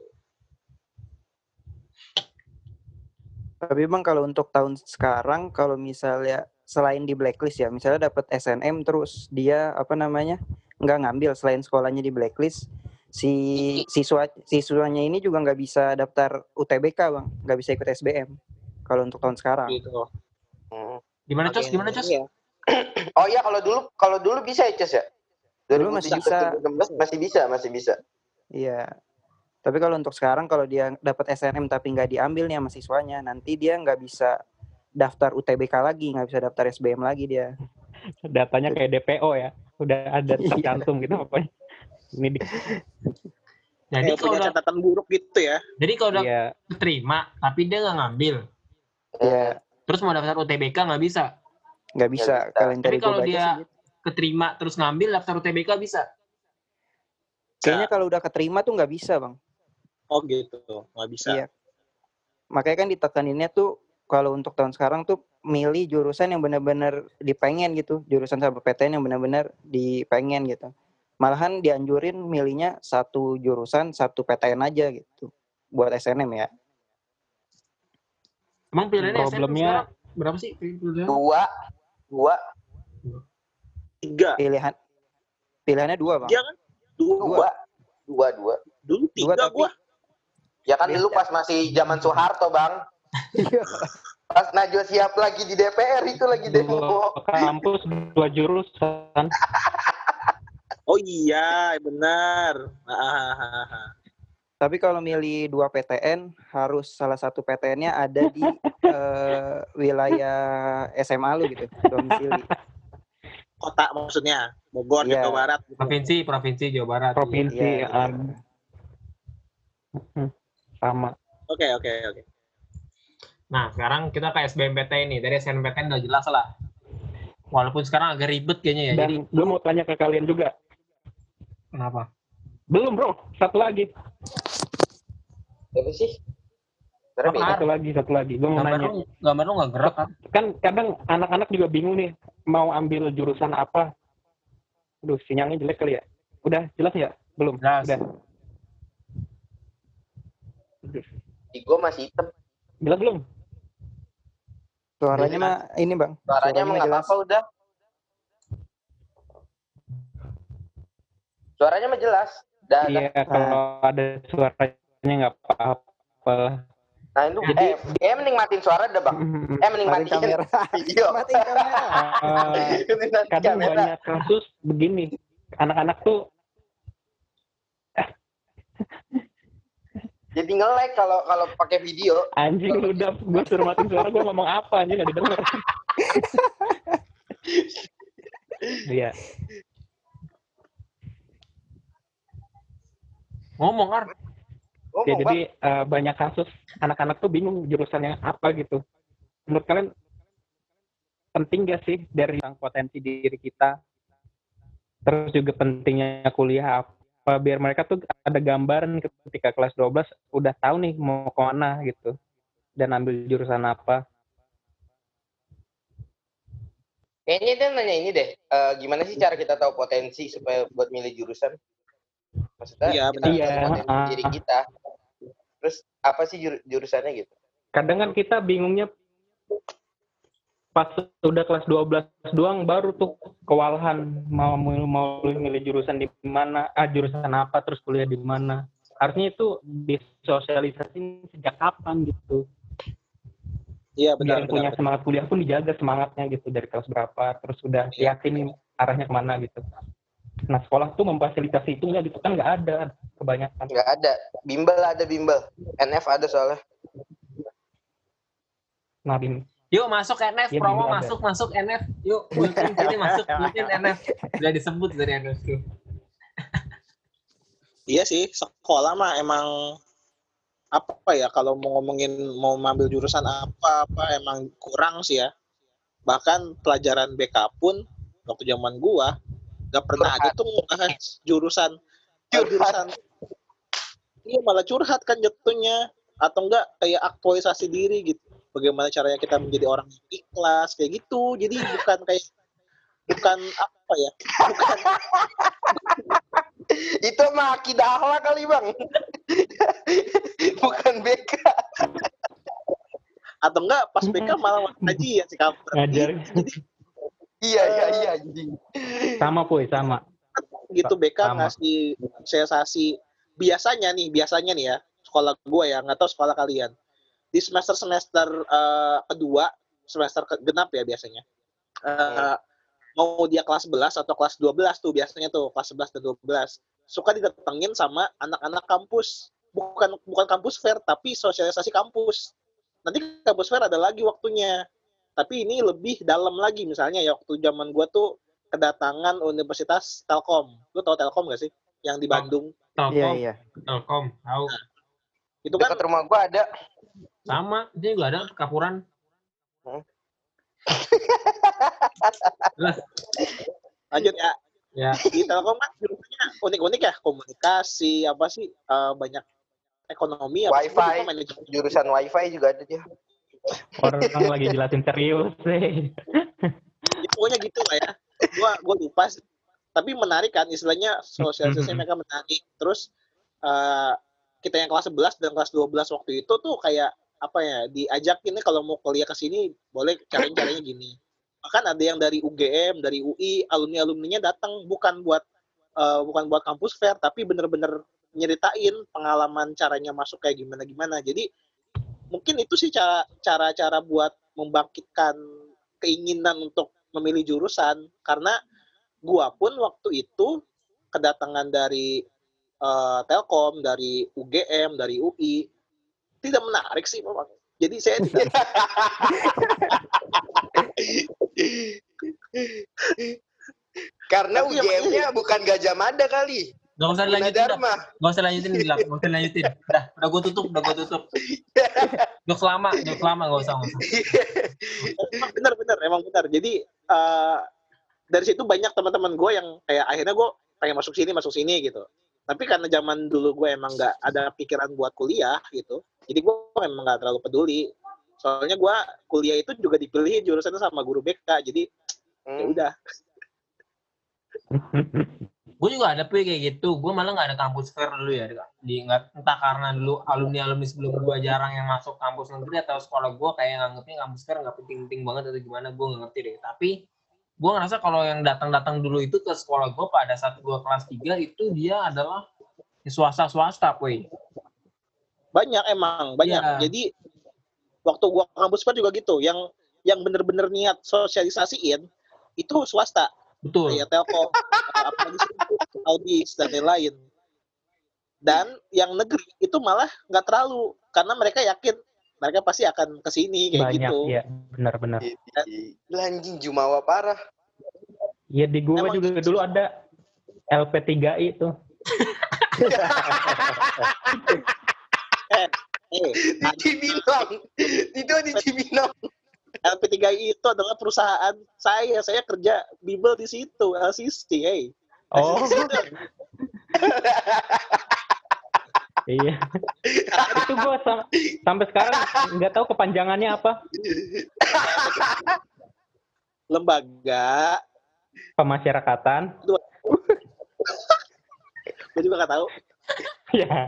Tapi bang kalau untuk tahun sekarang kalau misalnya selain di blacklist ya, misalnya dapat S N M terus dia apa namanya nggak ngambil selain sekolahnya di blacklist, si siswa siswanya ini juga nggak bisa daftar U T B K bang, nggak bisa ikut S B M kalau untuk tahun sekarang. Gitu. Hmm. Gimana Cos? Makin- Gimana Cos? iya. Oh iya, kalau dulu kalau dulu bisa ya, Ces ya? Dulu masih bisa. dua ribu tujuh belas masih bisa, masih bisa. Iya. Tapi kalau untuk sekarang kalau dia dapat S N M tapi nggak diambil nih sama siswanya, nanti dia nggak bisa daftar U T B K lagi, nggak bisa daftar S B M lagi dia. Datanya kayak D P O ya, udah ada tercantum gitu apa? Ini di, Jadi Kayak kalau punya udah, catatan buruk gitu ya. jadi kalau udah ya, keterima tapi dia nggak ngambil, Iya, terus mau daftar U T B K nggak bisa. nggak bisa. Nggak bisa. Kalian Tapi dari kalau gua baca dia sih gitu. keterima terus ngambil daftar U T B K bisa. Kayaknya kalau udah keterima tuh nggak bisa bang. Oh gitu, nggak bisa. Iya. Makanya kan ditekaninnya tuh kalau untuk tahun sekarang tuh milih jurusan yang benar-benar dipengen gitu, jurusan sama P T N yang benar-benar dipengen gitu. Malahan dianjurin milihnya satu jurusan, satu P T N aja gitu buat S N M ya. Emang pilihannya S N M Problemnya sekarang berapa sih pilihan? Dua, dua, Tiga. Pilihan pilihannya dua, Bang. Tiga kan? Dua. dua, dua, dua. Dulu Dua tiga tapi gua. Ya kan Beda. dulu pas masih zaman Soeharto, Bang. Iya. Pas Najwa Shihab lagi di D P R itu lagi demo. dua kampus, dua jurusan. Oh iya, benar. Ah, Tapi kalau milih dua P T N harus salah satu P T N-nya ada di eh, wilayah S M A lu gitu, domisili. Kota maksudnya, Bogor, Iya. Jawa Barat. Gitu. Provinsi, provinsi Jawa Barat. Provinsi Iya, ah, gitu. hmm, sama. Oke, oke, oke. Nah, sekarang kita ke S B M P T N nih. Dari S N M P T N udah jelas lah. Walaupun sekarang agak ribet kayaknya ya. Jadi Dan gue mau tanya ke kalian juga. kenapa? Belum bro, satu lagi. Apa sih? Apa? Berapa? Satu lagi, satu lagi. Gue mau Gambar nanya. lu, gambar lu nggak gerak kan? Kan kadang anak-anak juga bingung nih. Mau ambil jurusan apa. Aduh, sinyalnya jelek kali ya. Udah jelas ya? Belum? Jelas. Udah. Di gua masih hitam. Jelas belum? Suaranya mah ini, Bang. Suaranya emang mah nggak jelas. apa-apa udah. Suaranya mah jelas. Dah, dah. Iya, kalau ada suaranya nggak apa-apa lah. Nah itu, Jadi- eh, eh mending matiin suara dah bang. Eh mending Matiin matiin kamera. video. Matiin kamera. Eh, Mending matiin kadang kamera. banyak kasus begini. Anak-anak tuh Jadi nge-lag kalau kalau pakai video. anjing lu udah gue suruh matiin suara gue ngomong apa anjing nggak didengar. Iya. Ngomong Ar. Oh, Ya, Bang. jadi eh, banyak kasus anak-anak tuh bingung jurusannya apa gitu. Menurut kalian penting gak sih dari tentang potensi diri kita? Terus juga pentingnya kuliah apa? Biar mereka tuh ada gambaran ketika kelas dua belas udah tahu nih mau ke mana gitu. Dan ambil jurusan apa. Kayaknya dia nanya ini deh. eh, gimana sih cara kita tahu potensi supaya buat milih jurusan? Maksudnya Iya, kita benar. tahu potensi Iya. diri kita. Terus apa sih jur- jurusannya gitu? Kadang kan kita bingungnya pas udah kelas dua belas doang baru tuh kewalahan mau mau milih jurusan di mana, ah jurusan apa terus kuliah di mana. Harusnya itu disosialisasiin sejak kapan gitu. Iya, Biar benar, yang punya benar. semangat kuliah pun dijaga semangatnya gitu dari kelas berapa, terus udah Iya. yakin arahnya kemana gitu. Nah sekolah tuh memfasilitasi itu nggak gitu kan nggak ada kebanyakan. Nggak ada. Bimbel ada bimbel. N F ada soalnya. Nah bim, Yuk masuk N F, Iya, promo bener ada. masuk masuk N F. Yuk, buletin sini masuk, buletin N F. Udah disebut dari N F tuh. Iya sih, sekolah mah emang apa ya kalau mau ngomongin mau ngambil jurusan apa apa emang kurang sih ya. Bahkan pelajaran B K pun waktu zaman gua gak pernah Curhat. ada tuh ngebahas jurusan Curhat. jurusan. Iya malah curhat kan jatuhnya atau enggak kayak aktualisasi diri gitu. Bagaimana caranya kita menjadi orang yang ikhlas kayak gitu. Jadi bukan kayak bukan apa ya? Bukan Itu mah akidah akhlak kali bang. Bukan B K. atau enggak pas B K malah ngaji ya si kamu. ngajar Iya iya iya. Jadi sama puy sama. gitu B K Sama. ngasih sensasi biasanya nih biasanya nih ya sekolah gue ya nggak tahu sekolah kalian di semester semester uh, kedua semester ke- genap ya biasanya uh, mau dia kelas sebelas atau kelas dua belas tuh biasanya tuh kelas sebelas dan dua belas suka didatengin sama anak-anak kampus bukan bukan kampus fair tapi sosialisasi kampus nanti kampus fair ada lagi waktunya tapi ini lebih dalam lagi misalnya ya waktu zaman gue tuh kedatangan Universitas Telkom. Lu tahu Telkom gak sih? Yang di Bandung. Iya, Telkom, iya. Telkom, tahu. Itu kan dekat rumah gua ada. Sama, ini juga ada Kapuran. lanjut ya. Ya, Di Telkom kan jurusannya unik-unik ya. Komunikasi, apa sih? eh, banyak ekonomi. Apa sih? Wifi. Gua manajemen. Jurusan wifi juga ada dia. Orang lagi jelasin serius sih. Ya, pokoknya gitu lah ya. Gua gua lupa. Tapi menarik kan istilahnya sosialisasinya mereka menarik. Terus uh, kita yang kelas sebelas dan kelas dua belas waktu itu tuh kayak apa ya, diajakin nih kalau mau kuliah ke sini boleh caranya-caranya gini. Bahkan ada yang dari U G M, dari U I, alumni-alumninya datang bukan buat uh, bukan buat kampus fair, tapi bener-bener nyeritain pengalaman caranya masuk kayak gimana-gimana. Jadi mungkin itu sih cara cara-cara buat membangkitkan keinginan untuk memilih jurusan. Karena gua pun waktu itu kedatangan dari uh, Telkom, dari U G M, dari U I, tidak menarik sih memang. Jadi saya tidak. Karena U G M-nya bukan Gajah Mada kali. Gak usah dilanjutin, gak usah lanjutin, gak usah lanjutin. Udah, udah gue tutup, udah gue tutup. Jok selama, jok selama gak usah, gak usah. Bener, bener, emang bener. Jadi uh, dari situ banyak teman-teman gue yang kayak akhirnya gue pengen masuk sini, masuk sini gitu. Tapi karena zaman dulu gue emang nggak ada pikiran buat kuliah gitu, jadi gue emang nggak terlalu peduli. Soalnya gue kuliah itu juga dipilih jurusannya sama guru B K, jadi hmm. ya udah. Gue juga ada P kayak gitu. Gue malah nggak ada kampus fair dulu ya. Di, gak, entah karena dulu alumni-alumni sebelum gue jarang yang masuk kampus negeri atau sekolah gue kayak nganggepnya kampus fair nggak penting-penting banget atau gimana, gue nggak ngerti deh. Tapi gue ngerasa kalau yang datang-datang dulu itu ke sekolah gue pada saat gue kelas tiga itu dia adalah swasta-swasta, Poy. Banyak emang, banyak. Ya. Jadi waktu gue kampus fair juga gitu, yang yang bener-bener niat sosialisasiin itu swasta. Betul. Kayak Telkom, apalagi Audis dan lain-lain. Dan yang negeri itu malah nggak terlalu, karena mereka yakin mereka pasti akan kesini kayak banyak, gitu. Iya, benar-benar. Anjing Jumawa parah. Iya, di gua Emang juga gitu. Dulu ada L P tiga I itu. eh, eh, di Cibinong. Itu di Cibinong. L P tiga I itu adalah perusahaan saya, saya kerja bimbel di situ, L C C, hey. Oh. Iya. Itu gue sam- sampai sekarang nggak tahu kepanjangannya apa. Lembaga Pemasyarakatan. Gue juga nggak tahu. Iya.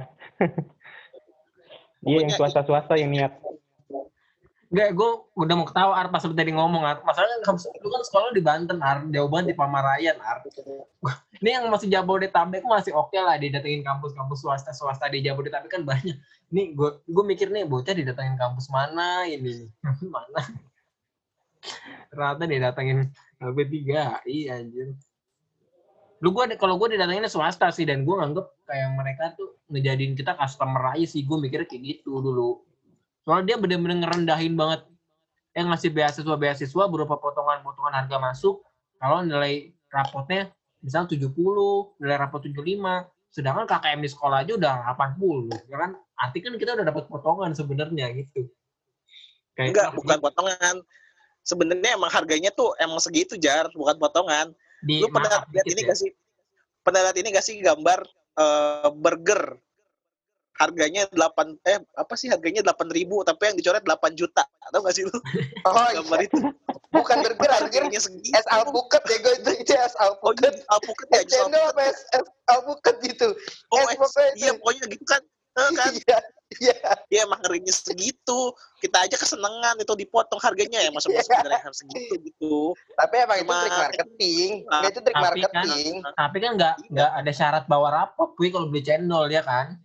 Iya, yang swasta-swasta yang niat. Enggak, gue udah mau ketawa Ar pas tadi ngomong Ar. Masalahnya kan lu kan sekolah di Banten Ar, jauh banget di Pamarayan Ar. Ini yang masih Jabodetabek masih oke okay lah didatengin kampus-kampus swasta-swasta di Jabodetabek kan banyak. Nih gue gue mikir nih bocah didatengin kampus mana ini? Mana? Ternyata didatengin L P tiga I anjir. Lu gue kalau gue didatenginnya swasta sih, dan gue nganggep kayak mereka tuh ngejadiin kita customer aja sih, gue mikirnya kayak gitu dulu. Soalnya dia bener-bener ngerendahin banget. Yang ngasih beasiswa-beasiswa berupa potongan-potongan harga masuk. Kalau nilai rapotnya misalnya tujuh puluh, nilai rapot tujuh puluh lima. Sedangkan K K M di sekolah aja udah delapan puluh. Ya kan? Artinya kan kita udah dapat potongan sebenarnya gitu. Kayak enggak, bukan gitu. Potongan. Sebenarnya emang harganya tuh emang segitu, Jar. Bukan potongan. Di, Lu pernah lihat ini ya? Gak sih? Pernah lihat ini gak sih gambar uh, burger? Harganya delapan eh apa sih harganya delapan ribu tapi yang dicoret delapan juta. Tahu enggak sih lu? Oh, gambar itu. Bukan burger, harganya segitu. Es alpukat ya gue itu itu es alpukat. Oh, alpukat ya. Cendol apa es alpukat gitu. Oh, es pokoknya iya pokoknya gitu kan. kan? Iya. Iya. Iya emang harganya segitu. Kita aja kesenangan itu dipotong harganya ya masa masa sebenarnya harus segitu gitu. Tapi emang Cuma, itu trik marketing. Enggak itu trik tapi marketing. Kan, tapi kan enggak enggak ada syarat bawa rapot Puy kalau beli cendol ya kan?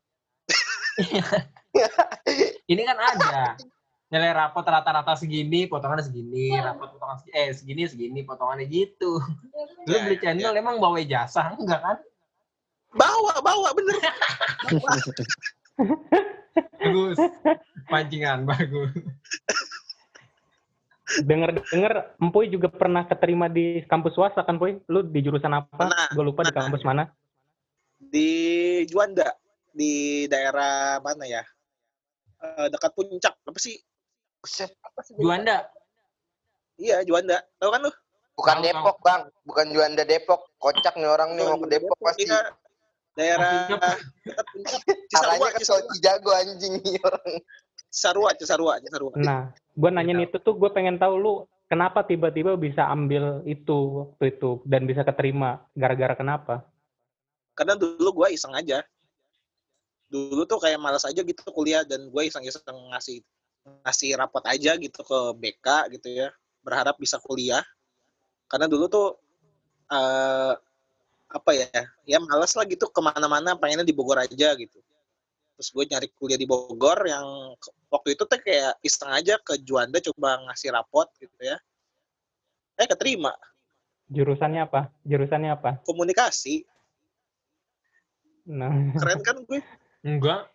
Ini kan ada nilai rapot rata-rata segini, potongannya segini, rapot potongan segini, eh segini segini, potongannya gitu. Lu ya, beli channel ya. Emang bawa jasa enggak kan? Bawa, bawa bener. Bagus, pancingan bagus. Dengar-dengar Empuy juga pernah keterima di kampus swasta kan, Puy? Lu di jurusan apa? Gue lupa pernah. Di kampus mana? Di Juanda. Di daerah mana ya? Uh, dekat Puncak. Apa sih? Apa sih? Juanda. Iya, Juanda. Tahu kan lu? Bukan tau, Depok, tau. Bang. Bukan Juanda Depok. Kocak nih orang nih mau ke Depok, Depok pasti. Iya. Daerah dekat Puncak. Caranya ke Soci jago anjing nih orang. Cisarua, Cisarua, Cisarua. Nah, gue nanyain itu tuh gue pengen tahu lu kenapa tiba-tiba bisa ambil itu waktu itu dan bisa keterima gara-gara kenapa? Karena dulu gue iseng aja. Dulu tuh kayak malas aja gitu kuliah dan gue iseng-iseng ngasih ngasih rapot aja gitu ke B K gitu ya. Berharap bisa kuliah. Karena dulu tuh uh, apa ya? Ya malas lah gitu kemana-mana, pengennya di Bogor aja gitu. Terus gue nyari kuliah di Bogor yang waktu itu tuh kayak iseng aja ke Juanda coba ngasih rapot gitu ya. Eh keterima. Jurusannya apa? Jurusannya apa? Komunikasi. Nah. Keren kan gue? Enggak.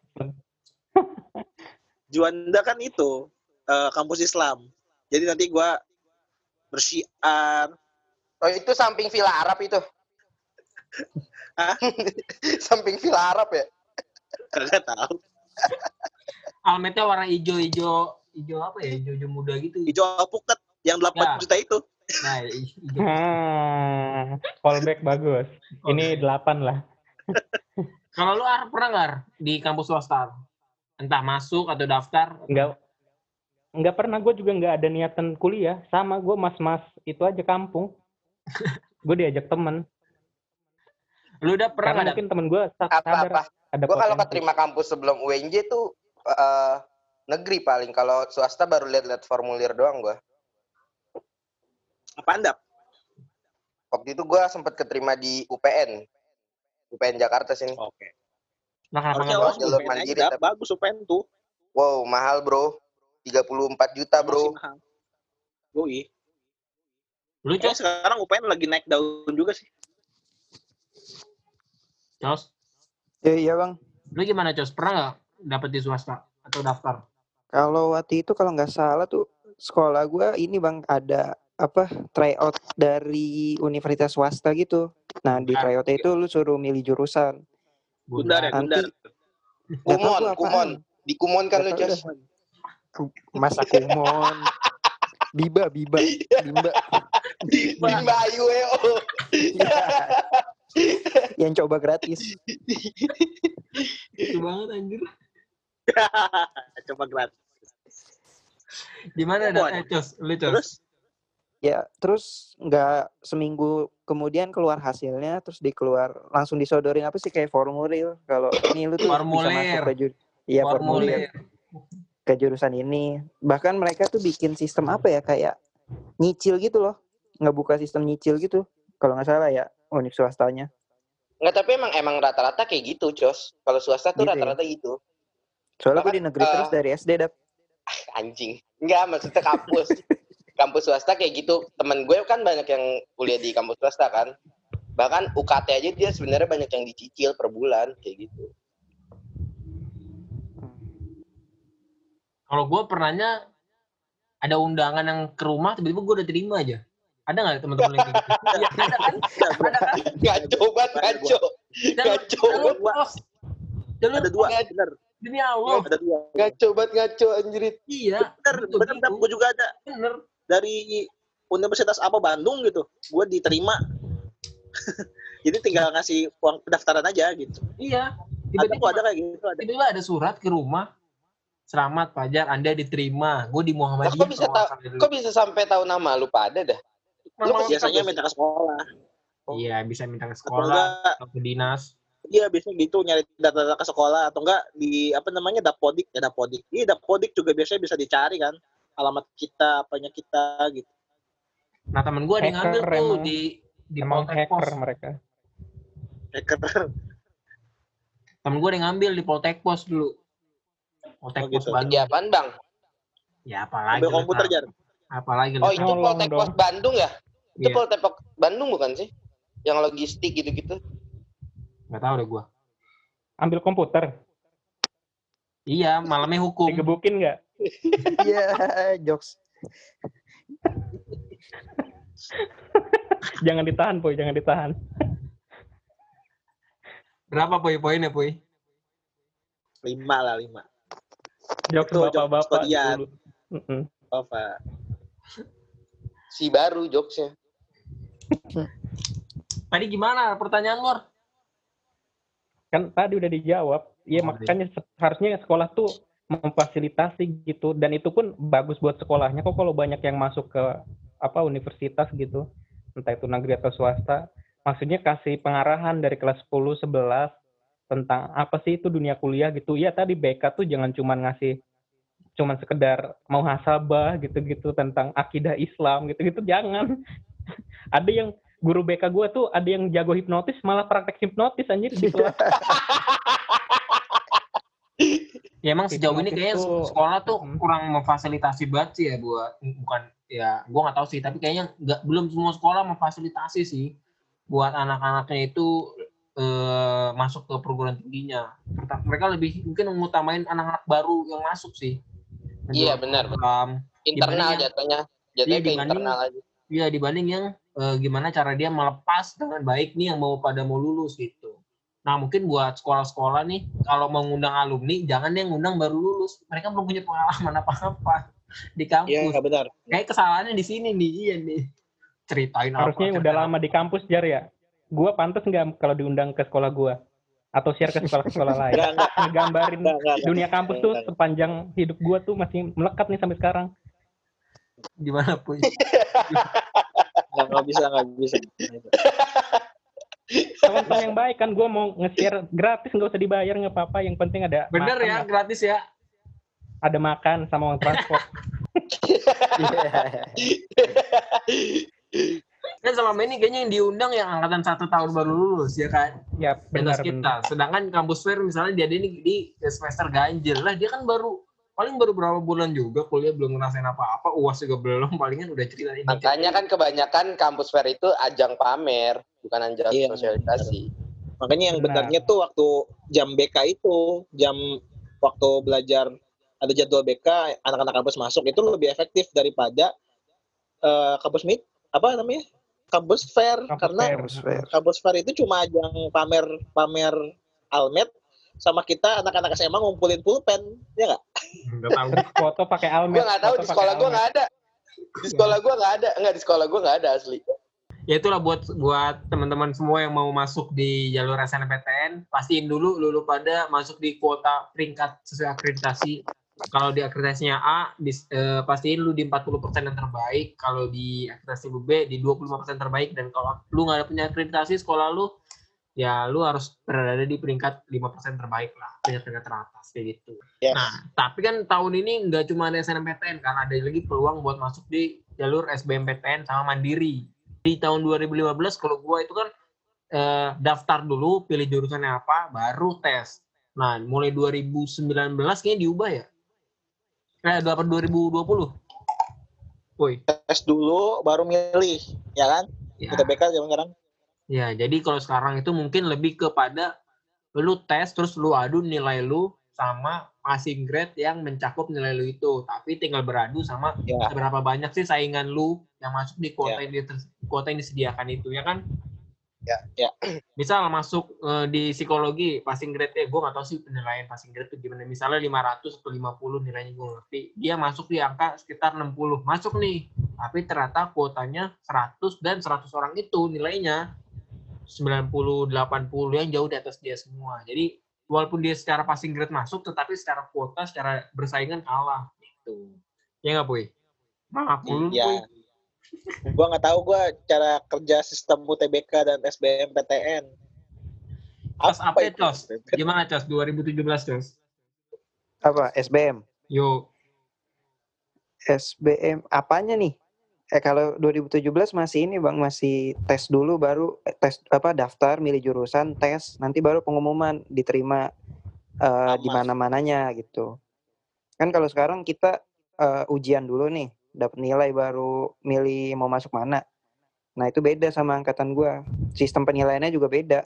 Juanda kan itu uh, kampus Islam. Jadi nanti gue bersyiar. Oh itu samping Villa Arab itu? Hah? Samping Villa Arab ya? Kagak tahu. Almetnya warna hijau-hijau, hijau apa ya? Hijau-hijau muda gitu. Hijau alpukat yang delapan Ya. juta itu. Nah, hijau. Hmm, callback bagus. Ini delapan lah. Kalau lu Ar, pernah nggak Ar, di kampus swasta? Entah masuk atau daftar? Enggak, enggak pernah. Gue juga enggak ada niatan kuliah. Sama gue mas-mas itu aja kampung. Gue diajak temen. Lu udah pernah Iya, Karena nggak? mungkin temen gue sadar Apa-apa? ada Gue kalau potensi. keterima kampus sebelum U N J tuh uh, negeri paling. Kalau swasta baru lihat-lihat formulir doang gue. Apa Anda? Waktu itu gue sempat keterima di U P N. U P N Jakarta sini. Oke. Nah, kenapa Harusnya nggak lo masuk? jalur U P N mandiri, aja, tapi- bagus U P N tuh. Wow, mahal bro. tiga puluh empat juta bro. Masih mahal. Yoi. Lu Eh, Cos? sekarang U P N lagi naik daun juga sih. Cos? Ya, iya bang. Lu gimana Cos? Pernah nggak dapet di swasta atau daftar? Kalau waktu itu kalau nggak salah tuh sekolah gue ini bang ada apa tryout dari universitas swasta gitu. Nah di Ah, tryout itu lu suruh milih jurusan. Gundar ya, Nanti Gundar. nggak tahu Kumon, gua apaan. kumon. Di kumon kan lu Nggak tahu Jos. dah. Masa kumon. Biba, biba, bimba. Bimba Ayu E O. Iya. Yang coba gratis. Itu banget anjir. Coba gratis. Gimana Kumon. dah? Eh, Cos, lu Cos. Terus Ya, terus nggak seminggu kemudian keluar hasilnya, terus dikeluar langsung disodorin apa sih kayak formulir. Kalau ini lu tuh bisa Formulir. masuk ke jur, iya formulir ke jurusan ini. Bahkan mereka tuh bikin sistem apa ya kayak nyicil gitu loh, ngebuka sistem nyicil gitu. Kalau nggak salah ya, univ swastanya. Nggak, tapi emang emang rata-rata kayak gitu, Jos. Kalau swasta tuh Gitu ya? rata-rata gitu. Soalnya gue Bahkan, di negeri uh, terus dari S D dap. Anjing. Enggak, maksudnya kampus. Kampus swasta kayak gitu. Temen gue kan banyak yang kuliah di kampus swasta kan. Bahkan U K T aja dia sebenarnya banyak yang dicicil per bulan kayak gitu. Kalau gue pernahnya ada undangan yang ke rumah, tiba-tiba gue udah terima aja. Ada nggak teman-teman yang kayak gitu? Iya, ada kan? Ada kan? Ngaco banget, ngaco. Dan, Ngaco. dan lu post. Dan lu ada dua, post. bener. Demi Allah. Ada dua. Ngaco banget, ngaco anjrit. Iya. Bener, betul bener, gitu. gue juga ada. Bener. Dari Universitas apa Bandung gitu. Gue diterima. Jadi tinggal ngasih uang pendaftaran aja gitu. Iya. Ada Tiba-tiba kok, ada kayak gitu. Ada. tiba-tiba ada surat ke rumah. Selamat Fajar, Anda diterima. Gue di Nah, Muhammadiyah. kok bisa tahu? Kok bisa sampai tahu nama lu pada dah? Lu Mama- Biasanya minta ke sekolah. Iya, bisa minta ke Atau sekolah, enggak, atau ke dinas. iya biasanya gitu nyari data-data ke sekolah. Atau enggak di, apa namanya, Dapodik. Ya Dapodik. Iya Dapodik juga biasanya bisa dicari kan. Alamat kita, apanya kita gitu. Nah, temen gue ada yang ngambil Hacker tuh emang. di di Emang Poltek hacker Pos. mereka. Hacker. Temen gue ada yang ngambil di Poltek Pos dulu. Poltek Oh, Pos gitu. Bandung. Di apaan, Bang? Ya apalagi. Ambil lu komputer, tahu. Jar. Apalagi lu Oh, tahu. itu Nyolong Poltek dong. Pos Bandung ya? Itu Iya. Poltek Pos Bandung bukan sih? Yang logistik gitu-gitu. Nggak tahu deh gue. Ambil komputer. Iya, malamnya hukum. Digebukin nggak? Iya, jokes. Jangan ditahan, Boy. Jangan ditahan. Berapa poin-poinnya, Puy? Lima lah, lima. Jokes Itu jokes bapak-bapak kodian. dulu. Mm-mm. Oh, Pak. Si baru jokesnya. Tadi gimana pertanyaan lu? Kan tadi udah dijawab. Iya, Oh, makanya se- harusnya sekolah tuh memfasilitasi gitu, dan itu pun bagus buat sekolahnya kok kalau banyak yang masuk ke apa universitas gitu, entah itu negeri atau swasta. Maksudnya kasih pengarahan dari kelas sepuluh sebelas tentang apa sih itu dunia kuliah gitu. Ya tadi B K tuh jangan cuman ngasih cuman sekedar muhasabah gitu-gitu tentang akidah Islam gitu-gitu, jangan. Ada yang guru B K gue tuh ada yang jago hipnotis malah praktek hipnotis anjir di kelas. Ya emang sejauh ini Hipnotis kayaknya tuh, sekolah tuh mm, kurang memfasilitasi banget sih ya buat, bukan ya gue nggak tahu sih, tapi kayaknya nggak, belum semua sekolah memfasilitasi sih buat anak-anaknya itu eh, masuk ke perguruan tingginya. Perta- Mereka lebih mungkin mengutamain anak-anak baru yang masuk sih. Iya Menjual benar, program dibanding internal yang jatuhnya, iya jatuhnya ke dibanding internal aja. iya dibanding yang eh, gimana cara dia melepas dengan baik nih yang mau pada mau lulus gitu. Nah mungkin buat sekolah-sekolah nih kalau mau ngundang alumni jangan yang ngundang baru lulus, mereka belum punya pengalaman apa-apa di kampus. Iya benar. Kayak kesalahannya di sini nih, iya nih, ceritain harusnya apa udah ceritain lama apa. di kampus jar ya. Gua pantas nggak kalau diundang ke sekolah gua atau share ke sekolah-sekolah lain? Enggak enggak Ngegambarin enggak enggak. dunia kampus tuh sepanjang hidup gua tuh masih melekat nih sampai sekarang. Gimana pun. Enggak enggak bisa enggak bisa. Contoh yang baik kan, gua mau nge-share gratis nggak usah dibayar nggak apa-apa, yang penting ada Bener makan ya, lah. gratis ya. Ada makan sama uang transport. Kan selama ini kayaknya yang diundang yang angkatan satu tahun baru lulus ya kan. Ya benar Benar kita. benar. Sedangkan kampus fair misalnya dia ini di semester ganjil lah, dia kan baru paling baru berapa bulan juga kuliah, belum ngerasain apa-apa, U A S juga belum, palingan udah cerita ini. Makanya kan kebanyakan kampus fair itu ajang pamer, bukan ajang Iya. sosialisasi. Makanya yang Benar. benarnya tuh waktu jam B K itu, jam waktu belajar ada jadwal B K, anak-anak kampus masuk itu lebih efektif daripada uh, kampus meet apa namanya? Kampus fair. Kampus Karena fair. Kampus fair. kampus fair itu cuma ajang pamer pamer almet sama kita anak-anak S M A ngumpulin pulpen, ya nggak? Enggak tahu. Terus foto pakai almet. Gue nggak tahu foto di pakai sekolah gue almet. nggak ada. Di sekolah gue nggak ada, nggak di sekolah gue nggak ada asli. Ya itulah buat buat teman-teman semua yang mau masuk di jalur S N M P T N, pastiin dulu lulu pada masuk di kuota peringkat sesuai akreditasi. Kalau di akreditasinya A, di, eh, pastiin lu di empat puluh persen yang terbaik. Kalau di akreditasi B, di dua puluh lima persen terbaik. Dan kalau lu nggak ada punya akreditasi sekolah lu, ya lu harus berada di peringkat lima persen terbaik lah, peringkat teratas kayak gitu. Yes. Nah, tapi kan tahun ini nggak cuma ada S N M P T N kan, ada lagi peluang buat masuk di jalur S B M P T N sama Mandiri. Di tahun dua ribu lima belas kalau gue itu kan eh, daftar dulu, pilih jurusannya apa, baru tes. Nah, mulai dua ribu sembilan belas kayaknya diubah ya. Eh, dua ribu dua puluh. Woi. Tes dulu baru milih, ya kan? Ya. Kita B K zaman sekarang. Ya, jadi kalau sekarang itu mungkin lebih kepada lu tes terus lu adu nilai lu sama passing grade yang mencakup nilai lu itu. Tapi tinggal beradu sama Ya. seberapa banyak sih saingan lu yang masuk di kuota Ya. yang diter- kuota yang disediakan itu, ya kan? Ya, ya. Misal masuk uh, di psikologi passing grade-nya, gue nggak tahu sih penilaian passing grade itu gimana. Misalnya lima ratus atau lima puluh nilainya gue ngerti. Dia masuk di angka sekitar enam puluh. Masuk nih. Tapi ternyata kuotanya seratus dan seratus orang itu nilainya sembilan puluh, delapan puluh yang jauh di atas dia semua. Jadi walaupun dia secara passing grade masuk, tetapi secara kuota, secara bersaingan kalah. Gitu. Ya nggak, Puy? Maaf, dulu, Ya. Puy. Gua nggak tahu gua cara kerja sistem U T B K dan S B M P T N. Cos update, Cos. Gimana, Cos? dua ribu tujuh belas, Cos? Apa? S B M? Yo. S B M apanya nih? Eh kalau dua ribu tujuh belas masih ini Bang, masih tes dulu baru eh, tes apa daftar, milih jurusan, tes, nanti baru pengumuman diterima uh, di mana-mananya gitu. Kan kalau sekarang kita uh, ujian dulu nih, dapat nilai baru milih mau masuk mana. Nah, itu beda sama angkatan gua. Sistem penilaiannya juga beda.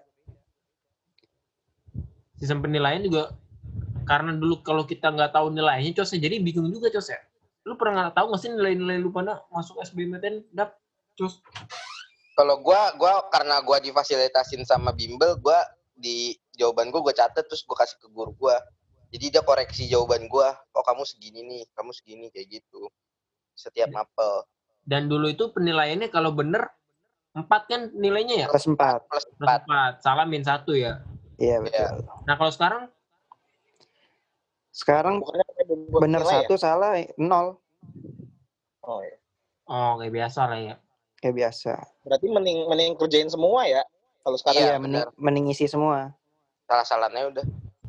Sistem penilaian juga karena dulu kalau kita nggak tahu nilainya, Cos, jadi bingung juga, Cos ya. Lu pernah nggak tahu nggak sih nilai-nilai lu pada masuk S B M P T N, Dap, Cos? Kalau gua gua karena gua difasilitasin sama bimbel, gua di jawaban gua gua catat terus gua kasih ke guru gua. Jadi dia koreksi jawaban gua. Oh, kamu segini nih, kamu segini kayak gitu. Setiap mapel. Dan dulu itu penilaiannya kalau bener empat kan nilainya ya? Plus empat. Plus Plus empat. empat. Salah min satu ya. Iya, betul. Iya. Nah, kalau sekarang Sekarang Bukannya Bener satu, ya? Salah nol. Oh ya. Oh, kayak biasa lah ya. Kayak biasa. Berarti mending mending kerjain semua ya. Kalau sekarang iya, ya mending, mending isi semua. Salah-salahnya udah.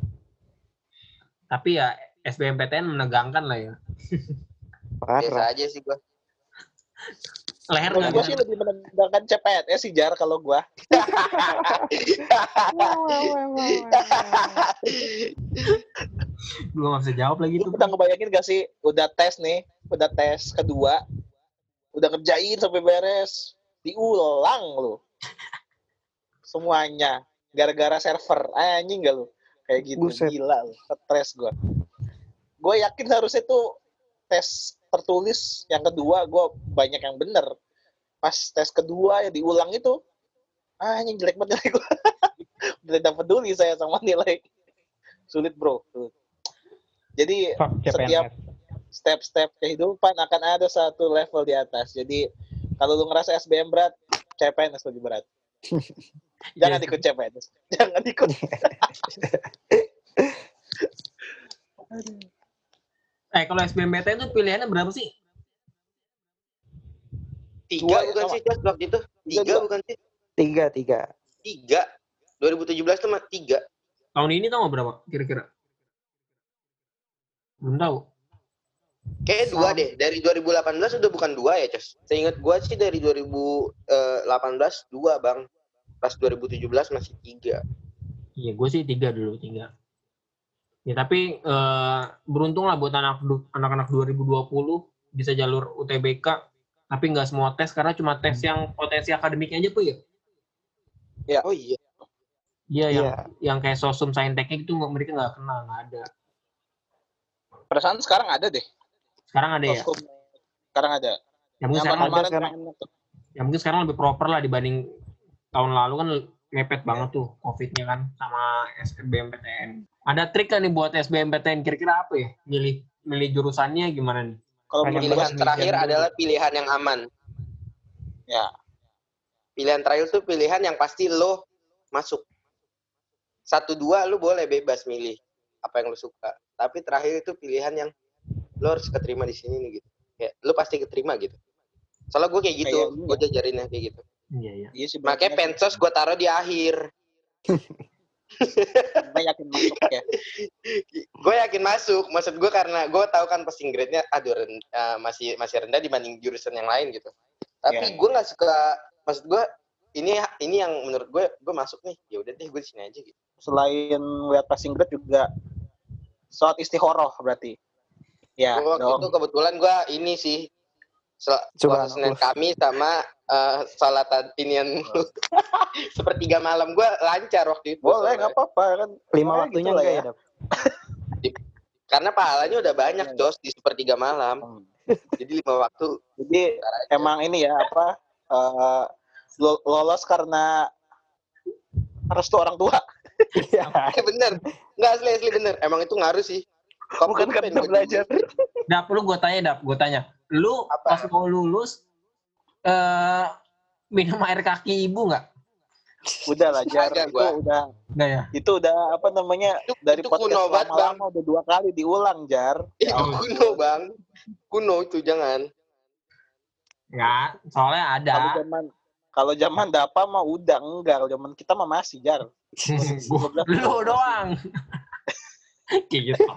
Tapi ya S B M P T N menegangkan lah ya. Parah. Biasa aja sih gua. Leher nggak gue sih lebih menegangkan C P N S sih Jar kalau gue. Gue nggak bisa jawab lagi tuh. Udah ngebayangin gak sih udah tes nih, udah tes kedua, udah ngerjain sampai beres, diulang lu semuanya gara-gara server anjing gak lu kayak gitu. Buset. Gila lu, stres gue. Gue yakin harusnya tuh tes tertulis yang kedua gue banyak yang bener. Pas tes kedua ya diulang itu, ah ini jelek banget nilai gue. Udah tidak peduli saya sama nilai. Sulit bro. Jadi setiap step-step kehidupan akan ada satu level di atas. Jadi kalau lu ngerasa S B M berat, C P N S lebih berat. Jangan ikut C P N S. Jangan ikut. Eh kalau S B M P T N itu pilihannya berapa sih? Tiga Dua, bukan sih Jos waktu itu? Tiga, tiga bukan sih? Tiga, tiga. Tiga. dua ribu tujuh belas tuh mah tiga. Tahun ini tau berapa kira-kira? Belum tahu. Kayaknya dua deh. Dari dua ribu delapan belas udah bukan dua ya, Jos. Seingat gua sih dari dua ribu delapan belas dua, Bang. Pas dua ribu tujuh belas masih tiga. Iya, gue sih tiga dulu, tiga. Ya tapi eh, beruntung lah buat anak anak-anak dua ribu dua puluh bisa jalur U T B K. Tapi nggak semua tes karena cuma tes yang potensi akademiknya aja tuh ya. Ya. Oh iya. Iya yang yeah. yang kayak sosum sainteknik itu mereka nggak kenal, nggak ada. Perasaan sekarang ada deh. Sekarang ada sosum, ya. Sekarang ada. Ya mungkin sekarang, ada, sekarang ya mungkin sekarang lebih proper lah dibanding tahun lalu kan mepet yeah. banget tuh COVID-nya kan sama S B M P T N. Ada trik kan nih buat S B M P T N kira-kira apa ya? Milih milih jurusannya gimana nih? Kalau pilihan terakhir adalah dulu. Pilihan yang aman. Ya. Pilihan terakhir tuh pilihan yang pasti lo masuk. Satu dua lo boleh bebas milih apa yang lo suka. Tapi terakhir itu pilihan yang lo harus keterima di sini nih gitu. Ya, lo pasti keterima gitu. Soalnya gue kayak gitu, gue jajarinnya kayak gitu. Iya iya. Makanya pensos gue taruh di akhir. Gue yakin masuk ya. Gue yakin masuk. Maksud gue karena gue tahu kan passing grade-nya aduh rend- uh, masih masih rendah dibanding jurusan yang lain gitu. Tapi yeah. gue nggak suka. Maksud gue ini ini yang menurut gue gue masuk nih. Ya udah deh gue di sini aja gitu. Selain lihat passing grade juga sholat istikharah berarti. Ya. Waktu itu kebetulan gue ini sih. Sholat Senin Kamis sama uh, sholat inian sepertiga malam gue lancar waktu itu. Boleh nggak apa-apa kan lima waktunya gitu ya. Karena pahalanya udah banyak Jos di sepertiga malam. Hmm. Jadi lima waktu. Jadi emang ini ya apa uh, lolos karena restu orang tua. Iya bener. Nggak asli asli bener. Emang itu ngaruh sih. Kau bukan karena belajar. Dap lu gue tanya dap gue tanya. Lu apa? Pas mau lulus uh, minum air kaki ibu nggak? Udah lah Jar, itu gua. udah nah, ya? Itu udah apa namanya itu, dari itu podcast lama-lama udah dua kali diulang Jar. Itu ya, kuno bang, kuno itu jangan. Ya, soalnya ada. Kalau zaman kalau zaman Dapa mah udah enggak, kalau zaman kita mah masih Jar. Lu doang. Kayak gitu.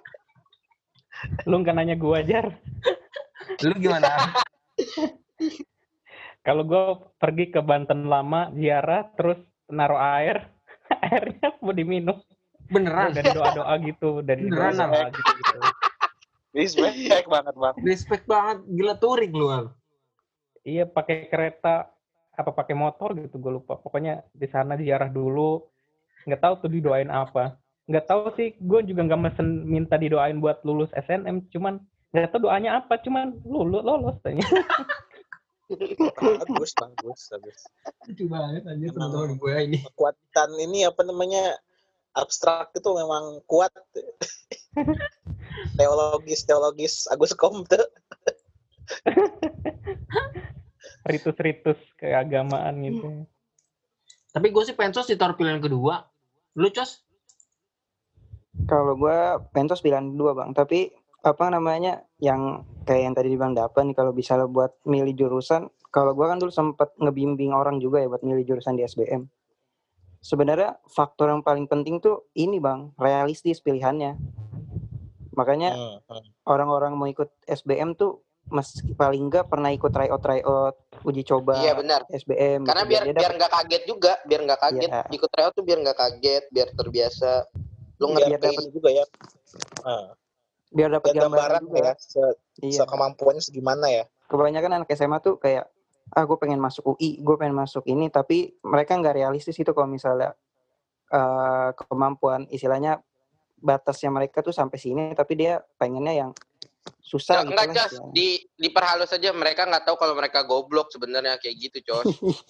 Lu nggak nanya gua Jar. Lu gimana? Kalau gue pergi ke Banten lama, ziarah, terus naruh air, airnya mau diminum. Beneran? Dari doa-doa gitu, dari beneran doa gitu, gitu. Respect banget bang. Respect banget, gila touring lu. Iya, pakai kereta, apa pakai motor gitu, gue lupa. Pokoknya di sana ziarah dulu, nggak tahu tuh didoain apa. Nggak tahu sih, gue juga nggak mesen minta didoain buat lulus S N M, cuman nggak tahu doanya apa, cuman lulus lolos tanya. bagus bagus bagus. Lucu banget aja teman-teman gue ini. Kekuatan ini apa namanya abstrak itu memang kuat. teologis teologis Agus Comte. Ritus-ritus keagamaan gitu. Tapi gue sih pensos ditaruh pilihan kedua. Lu Cos? Kalau gue pentos pilihan dua bang, tapi apa namanya yang kayak yang tadi dibilang Dapa nih, kalau bisa lo buat milih jurusan, kalau gue kan dulu sempet ngebimbing orang juga ya buat milih jurusan di S B M. Sebenarnya faktor yang paling penting tuh ini bang, realistis pilihannya. Makanya Hmm, hmm. orang-orang mau ikut S B M tuh meski paling enggak pernah ikut tryout tryout uji coba Iya benar. S B M Karena gitu, biar dia biar dapet- nggak kaget juga, biar nggak kaget. Iya. Ikut tryout tuh biar nggak kaget, biar terbiasa. Lu Biar Biar ngerti. dapet- ini juga ya. Nah, biar dapat biar gambaran juga ya, se- iya. sekemampuannya segimana ya. Kebanyakan anak S M A tuh kayak ah gue pengen masuk U I, gue pengen masuk ini, tapi mereka nggak realistis itu kalau misalnya uh, kemampuan istilahnya batasnya mereka tuh sampai sini, tapi dia pengennya yang susah Cos, gitu enggak lah. Cos, di diperhalus aja, mereka nggak tahu kalau mereka goblok sebenarnya kayak gitu Cos.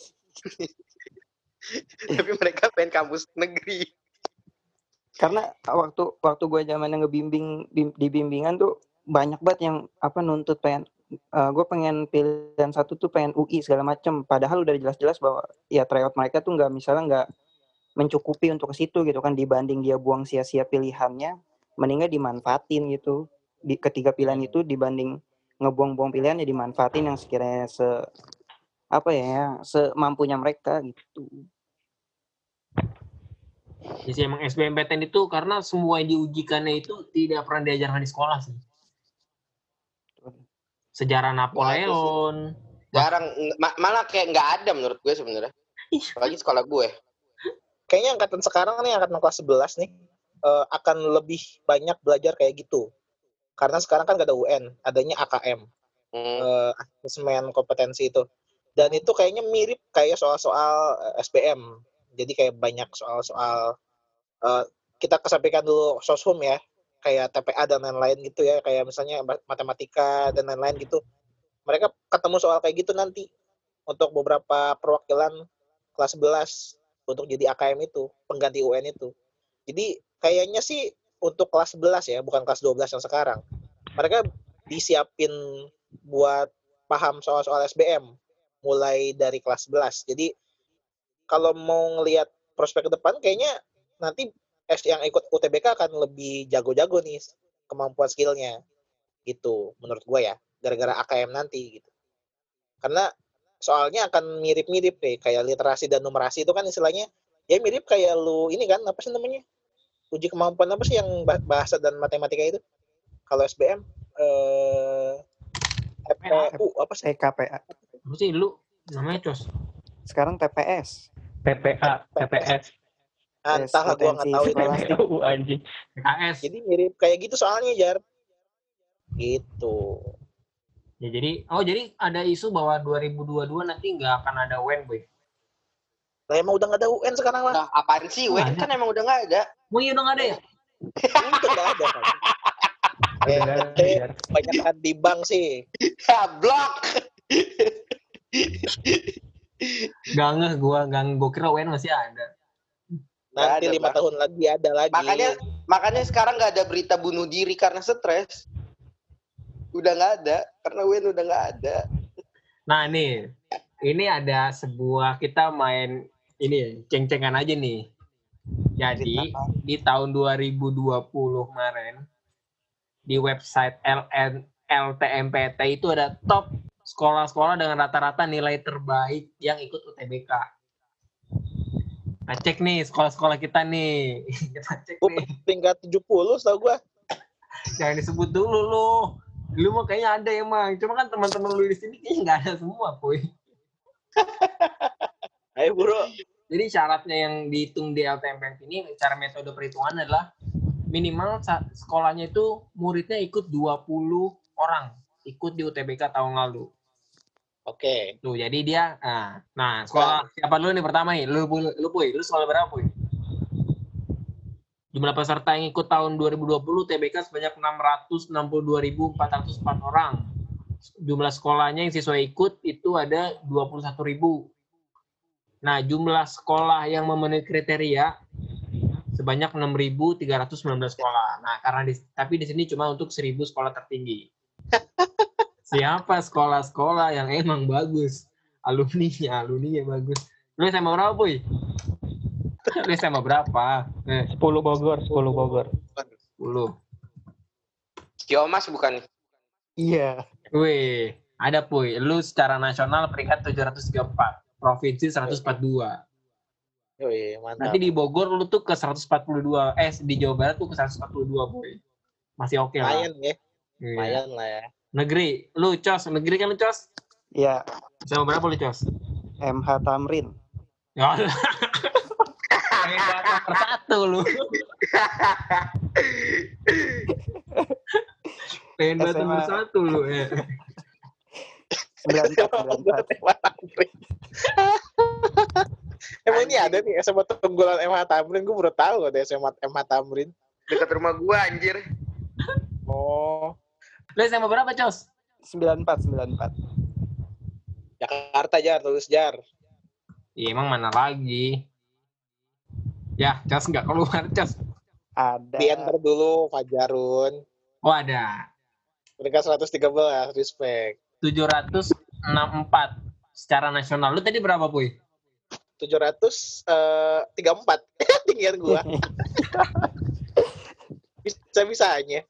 Tapi mereka pengen kampus negeri. Karena waktu waktu gue zaman yang ngebimbing bim, di bimbingan tuh banyak banget yang apa nuntut pengen uh, gue pengen pilihan satu tuh pengen U I segala macem, padahal udah jelas-jelas bahwa ya tryout mereka tuh nggak misalnya nggak mencukupi untuk ke situ gitu kan, dibanding dia buang sia-sia pilihannya mendingan dimanfaatin gitu di ketiga pilihan Hmm. itu, dibanding ngebuang-buang pilihan ya dimanfaatin yang sekiranya se apa ya semampunya mereka gitu. Ya sih emang S B M P T N itu karena semua yang diujikannya itu tidak pernah diajarkan di sekolah sih. Sejarah Napoleon. Jarang, ma- malah kayak nggak ada menurut gue sebenarnya. Apalagi sekolah gue. Kayaknya angkatan sekarang nih, angkatan kelas sebelas nih, uh, akan lebih banyak belajar kayak gitu. Karena sekarang kan gak ada U N, adanya A K M, Hmm. uh, asesmen kompetensi itu. Dan itu kayaknya mirip kayak soal-soal uh, S B M. Jadi kayak banyak soal-soal, uh, kita kesampaikan dulu soshum ya, kayak T P A dan lain-lain gitu ya, kayak misalnya matematika dan lain-lain gitu. Mereka ketemu soal kayak gitu nanti untuk beberapa perwakilan kelas sebelas untuk jadi A K M itu, pengganti U N itu. Jadi kayaknya sih untuk kelas sebelas ya, bukan kelas dua belas yang sekarang. Mereka disiapin buat paham soal-soal S B M mulai dari kelas sebelas. Jadi kalau mau ngelihat prospek ke depan, kayaknya nanti S yang ikut U T B K akan lebih jago-jago nih kemampuan skillnya gitu menurut gue ya, gara-gara A K M nanti gitu. Karena soalnya akan mirip-mirip deh, kayak literasi dan numerasi itu kan istilahnya ya mirip kayak lu ini kan, apa sih namanya, uji kemampuan apa sih yang bahasa dan matematika itu kalau S B M, eh P P U apa sih? T K P A. Apa sih lu namanya Cos? Sekarang T P S. P P A, P P S. Entahlah, gue nggak tahu itu. P P U anjing. P K S. Jadi mirip kayak gitu soalnya, Jar. Gitu. Ya jadi, oh jadi ada isu bahwa dua ribu dua puluh dua nanti nggak akan ada U N, boy. Lah emang udah nggak ada U N sekarang lah. Nah, apaan sih? U N kan emang udah nggak ada. Oh iya udah nggak ada ya? Udah nggak ada kan. Eh, banyak kan di bank sih. Ya, blok. Gak ngeh gue, gak ngeh. Gue kira U N masih ada. Nanti lima tahun lagi ada lagi. Makanya, makanya sekarang nggak ada berita bunuh diri karena stres. Udah nggak ada, karena U N udah nggak ada. Nah nih, ini ada sebuah, kita main ini ceng-cengan aja nih. Jadi di tahun dua ribu dua puluh kemarin di website L N L T M P T itu ada top sekolah-sekolah dengan rata-rata nilai terbaik yang ikut U T B K. Nah cek nih sekolah-sekolah kita nih. Kita cek Gue nih. peringkat tujuh puluh tau gue. Jangan disebut dulu lu. Lu mah kayaknya ada emang. Cuma kan teman-teman lu di sini kayaknya nggak ada semua, Boy. Ayo bro. Jadi syaratnya yang dihitung di L T M P T ini, cara metode perhitungan adalah minimal sekolahnya itu muridnya ikut dua puluh orang ikut di U T B K tahun lalu. Oke. Tuh, jadi dia nah, nah sekolah siapa dulu nih pertama nih? Lu lu lu Puy, lu sekolah berapa, Puy? Jumlah peserta yang ikut tahun dua ribu dua puluh U T B K sebanyak enam ratus enam puluh dua ribu empat ratus empat orang. Jumlah sekolahnya yang siswa ikut itu ada dua puluh satu ribu. Nah, jumlah sekolah yang memenuhi kriteria sebanyak enam ribu tiga ratus sembilan belas sekolah. Nah, karena di, tapi di sini cuma untuk seribu sekolah tertinggi. Siapa sekolah-sekolah yang emang bagus? Alumninya, alumninya bagus. Lu S M A berapa, Boy? Lu S M A berapa? Eh. sepuluh Bogor, sepuluh Bogor. sepuluh. Kiomas bukan? Iya. Wih, ada Puy. Lu secara nasional peringkat tujuh ratus tiga puluh empat. Provinsi seratus empat puluh dua. Wih, mantap. Nanti di Bogor lu tuh ke seratus empat puluh dua. Eh, di Jawa Barat tuh ke seratus empat puluh dua, Puy. Masih oke lah. Lumayan ya. Iya. Lumayan lah ya. Negeri. Lu, Cos. Negeri kan lu, Cos? Iya. Sama berapa lu, Cos? M H Tamrin. Ya Allah. Hebat nomor satu lu. Hebat S M A. nomor satu lu. Eh. sembilan empat sembilan empat. Emang ini ada nih S M A Tunggulan M H Tamrin, gue baru tahu ada S M A M H Tamrin. Dekat rumah gua anjir. Oh, Lu S M A berapa, Cos? sembilan empat sembilan empat. Jakarta Jar, tulis Jar. Iya, emang mana lagi? Ya, Cos nggak keluar, Cos. Ada. Di enter dulu Fajarun. Oh, ada. Peringkat seratus tiga belas, respect. tujuh ratus enam puluh empat secara nasional. Lu tadi berapa, Puy? tujuh ratus tiga puluh empat. Tinggian gua. Bisa-bisanya.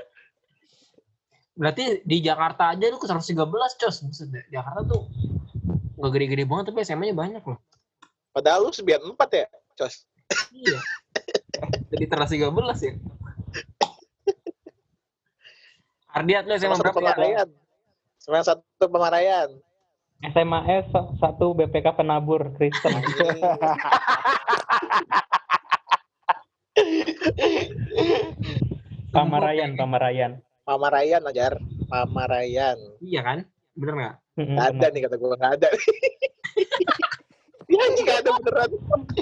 Berarti di Jakarta aja lu ke seratus tiga belas, Cos. Maksudnya, Jakarta tuh nggak gede-gede banget, tapi S M A-nya banyak loh. Padahal lu sembilan puluh empat ya, Cos. Iya. Jadi seratus tiga belas ya. Ardiat lu S M A Sama satu berapa ya? Pemarayan. Sama satu Pemarayan. S M A S satu B P K Penabur Kristen. Pamarayan, Pamarayan. Pamarayan ajar, Pamarayan. Iya kan? Bener nggak? Mm-mm, Nggak ada nih kata gue, nggak ada. Ya nggak ada beneran.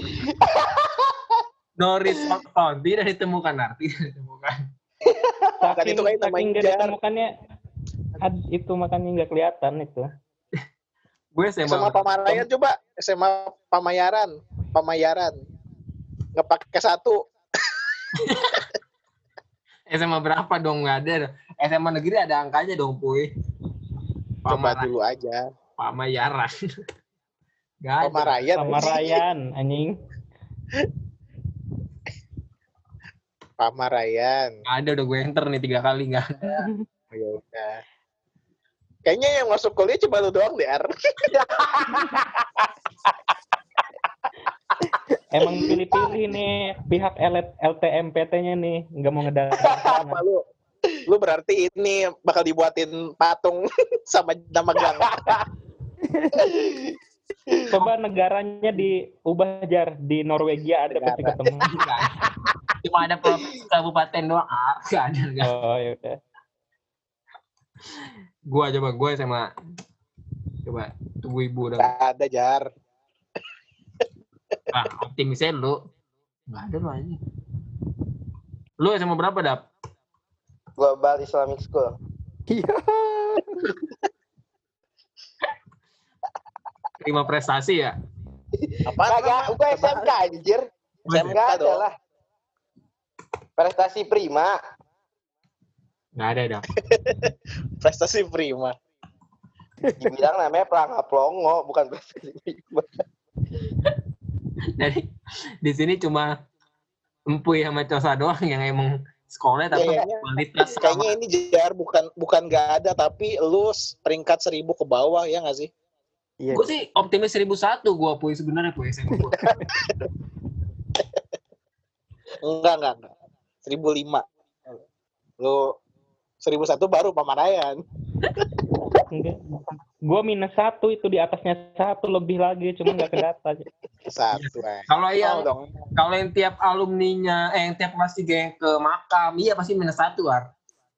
No response, tidak ditemukan, Ar. Tidak ditemukan. Kan itu kayak nama saking nggak Jar. ditemukannya, ad- itu makanya nggak kelihatan itu. Gue S M A. S M A Pamarayan coba, S M A Pamayaran, Pamayaran. Nggak pakai satu. S M A berapa dong? Nggak ada. S M A negeri ada angkanya dong, Puy. Coba Pamara- dulu aja. Pamayaran. Nggak ada. Pamarayan. Pamarayan, anjing. Pamarayan. Nggak ada, udah gue enter nih tiga kali nggak ada. Oh, ya udah. Kayaknya yang masuk kuliah cuma lu doang deh, Ar. Emang pilih-pilih nih pihak L T M P T-nya nih, nggak mau ngedata. Apa lu? Lu berarti ini bakal dibuatin patung sama nama gang. Coba negaranya diubah Jar, di Norwegia ada pasti Negara. ketemu. Nggak ada. Cuma ada provinsi kabupaten doang. Ah, nggak ada. Nggak. Oh ya udah. Gua coba, gue S M A. Coba tunggu ibu udah. Nggak ada, Jar. Ah, optimisnya lu. Nggak ada lu aja. Lu S M A berapa, Dap? Global Islamic School. Iya. Terima prestasi ya? Apa? Kagak, gua S M K anjir. Oh, S M K dong. adalah prestasi prima. Nggak ada, Dap. Prestasi prima. Dibilang namanya pelangap longo, bukan prestasi prima. Jadi di sini cuma Empuy sama Cosa doang yang emang sekolah tapi Kayaknya- kualitas Kayaknya sama. ini Jar bukan bukan nggak ada, tapi lu peringkat seribu ke bawah ya nggak sih? Iya. Gue sih optimis seribu satu gue Puy sebenarnya Puy S M A gua. Enggak, enggak, enggak. seribu lima. Lu seribu satu baru Pamarayan. Enggak. Gua minus satu itu di atasnya satu lebih lagi, cuma nggak kedata. Satu eh. Kalau Oh, yang dong. kalau yang tiap alumninya eh yang tiap kelas tiga yang ke makam, iya pasti minus satu Ar.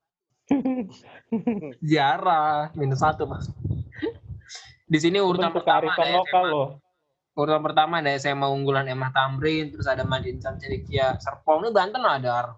Ziarah minus satu Mas. Di sini urutan Bentuk pertama kearifan ada lokal S M A. loh. Urutan pertama ada S M A unggulan M H Tamrin, terus ada Madin Samcerikia, Serpong ini Banten ada Ar.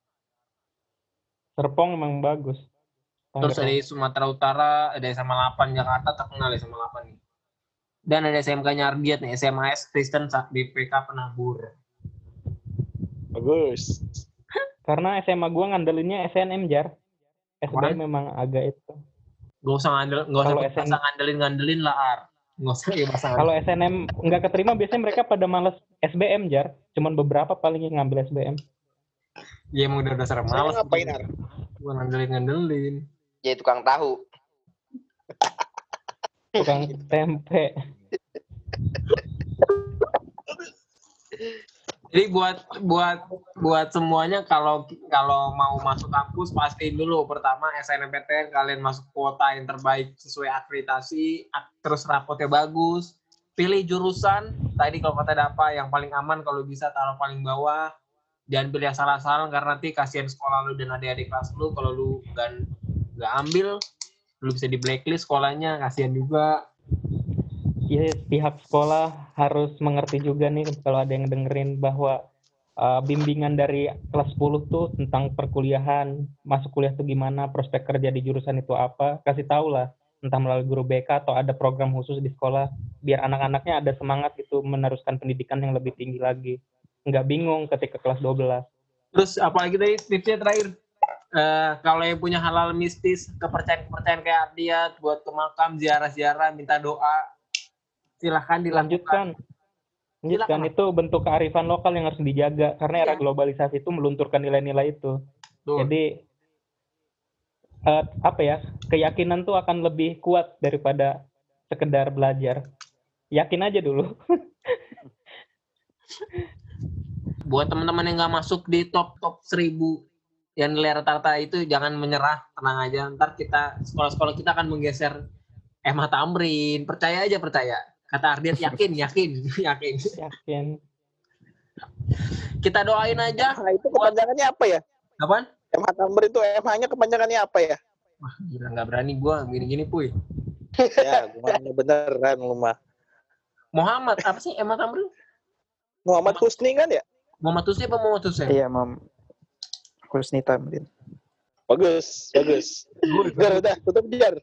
Serpong emang bagus. Terus Tangerang. dari Sumatera Utara ada S M A delapan Jakarta terkenal S M A delapan nih. Dan ada S M K-nya Ardiat nih, S M A S Kristen B P K Penabur. Bagus. Karena S M A gua ngandelinnya S N M Jar. S B M memang agak itu. Gak usah ngandel, gak usah Kalau S N M ngandelin ngandelin lah Ar. Gak usah ya masa. Kalau S N M nggak keterima biasanya mereka pada males S B M Jar. Cuman beberapa paling yang ngambil S B M. Ya emang udah dasar Saya malas. ngapain, Ar? Bukan ngandelin-ngandelin. Jadi tukang tahu. Tukang tempe. Jadi buat buat buat semuanya kalau kalau mau masuk kampus pastiin dulu pertama S N M P T N kalian masuk kuota yang terbaik sesuai akreditasi, ak- terus rapotnya bagus, pilih jurusan. Tadi kalau kata Dapa yang paling aman kalau bisa taruh paling bawah. Jangan pilih yang salah-salah karena nanti kasihan sekolah lu dan adik-adik kelas lu kalau lu nggak nggak ambil, lu bisa di blacklist sekolahnya, kasihan juga. Ya, pihak sekolah harus mengerti juga nih kalau ada yang dengerin bahwa uh, bimbingan dari kelas sepuluh tuh tentang perkuliahan, masuk kuliah tuh gimana, prospek kerja di jurusan itu apa, kasih tahu lah, entah melalui guru B K atau ada program khusus di sekolah, biar anak-anaknya ada semangat itu meneruskan pendidikan yang lebih tinggi lagi. Nggak bingung ketika kelas dua belas. Terus apalagi tadi tipsnya terakhir, uh, kalau yang punya halal mistis, kepercayaan-kepercayaan kayak Ardiat, buat ke makam, ziarah-ziarah, minta doa, silahkan dilanjutkan. Lanjutkan, itu bentuk kearifan lokal yang harus dijaga karena era Iya. globalisasi itu melunturkan nilai-nilai itu. Tuh. Jadi uh, apa ya, keyakinan tuh akan lebih kuat daripada sekedar belajar. Yakin aja dulu. Buat teman-teman yang nggak masuk di top top seribu yang nilai rata-rata itu jangan menyerah, tenang aja. Ntar kita sekolah-sekolah kita akan menggeser M H Tamrin, percaya aja percaya. Kata Ardiat yakin, yakin, yakin. Yakin. Kita doain aja. Nah, itu kepanjangannya apa ya? Apaan? M H Tamrin itu M H-nya kepanjangannya apa ya? Wah, gila nggak berani gua gini-gini puy. Ya, gimana beneran lu mah. Muhammad apa sih M H Tamrin? Muhammad Husni kan ya? Muhammad Husni apa Muhammad Hussein? Iya, Mam. Husni Tamrin. Bagus, bagus. Jar, udah, tutup jar.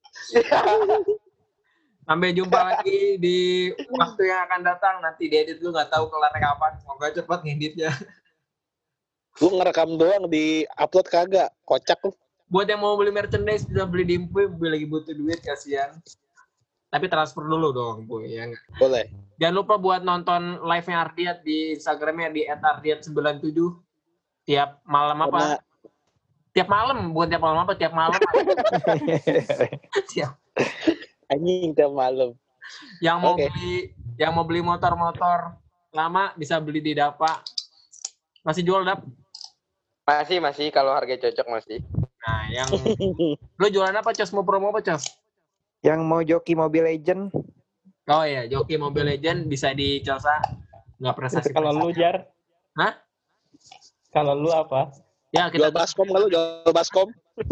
Sampai jumpa lagi di waktu yang akan datang. Nanti diedit lu nggak tahu kelar kapan. Semoga cepat ngeditnya. Gue ngerekam doang, di upload kagak. Kocak lu. Buat yang mau beli merchandise bisa beli di Impuy, gue lagi butuh duit, kasihan. Tapi transfer dulu dong, Bu, ya nggak? Boleh. Jangan lupa buat nonton live-nya Ardiat di Instagramnya di et ardiat sembilan tujuh. Tiap malam apa? Karena Tiap malam, bukan tiap malam apa? Tiap malam. Tiap. anjing tiap malam. Yang mau Oke. beli, yang mau beli motor-motor lama bisa beli di Dapa. Masih jual Dap? Masih, masih. Kalau harga cocok masih. Nah, yang lo jualan apa, Cos? Mau promo apa, Cos? Yang mau joki Mobile Legend, Oh iya, joki Mobile Legend bisa di Cosa. Nggak prestasi. Kalau lu Jar? Hah? Kalau lu apa? Ya, Jual kita baskom kalau jual baskom.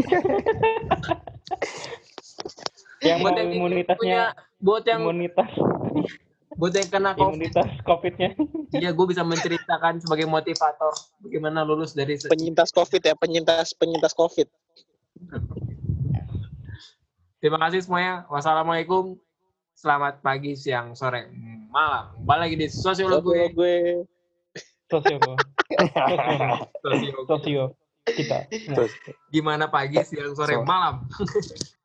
Yang buat mau yang imunitasnya, punya- buat yang imunitas, buat yang kena COVID. imunitas COVID-nya. Iya, gue bisa menceritakan sebagai motivator bagaimana lulus dari se- Penyintas Covid ya, penyintas penyintas Covid. Terima kasih semuanya. Wassalamualaikum. Selamat pagi, siang, sore, malam. Kembali lagi di sosial gue. gue. Sosio. Sosio. Sosio. Kita. terus Gimana pagi, siang, sore, Sore. malam.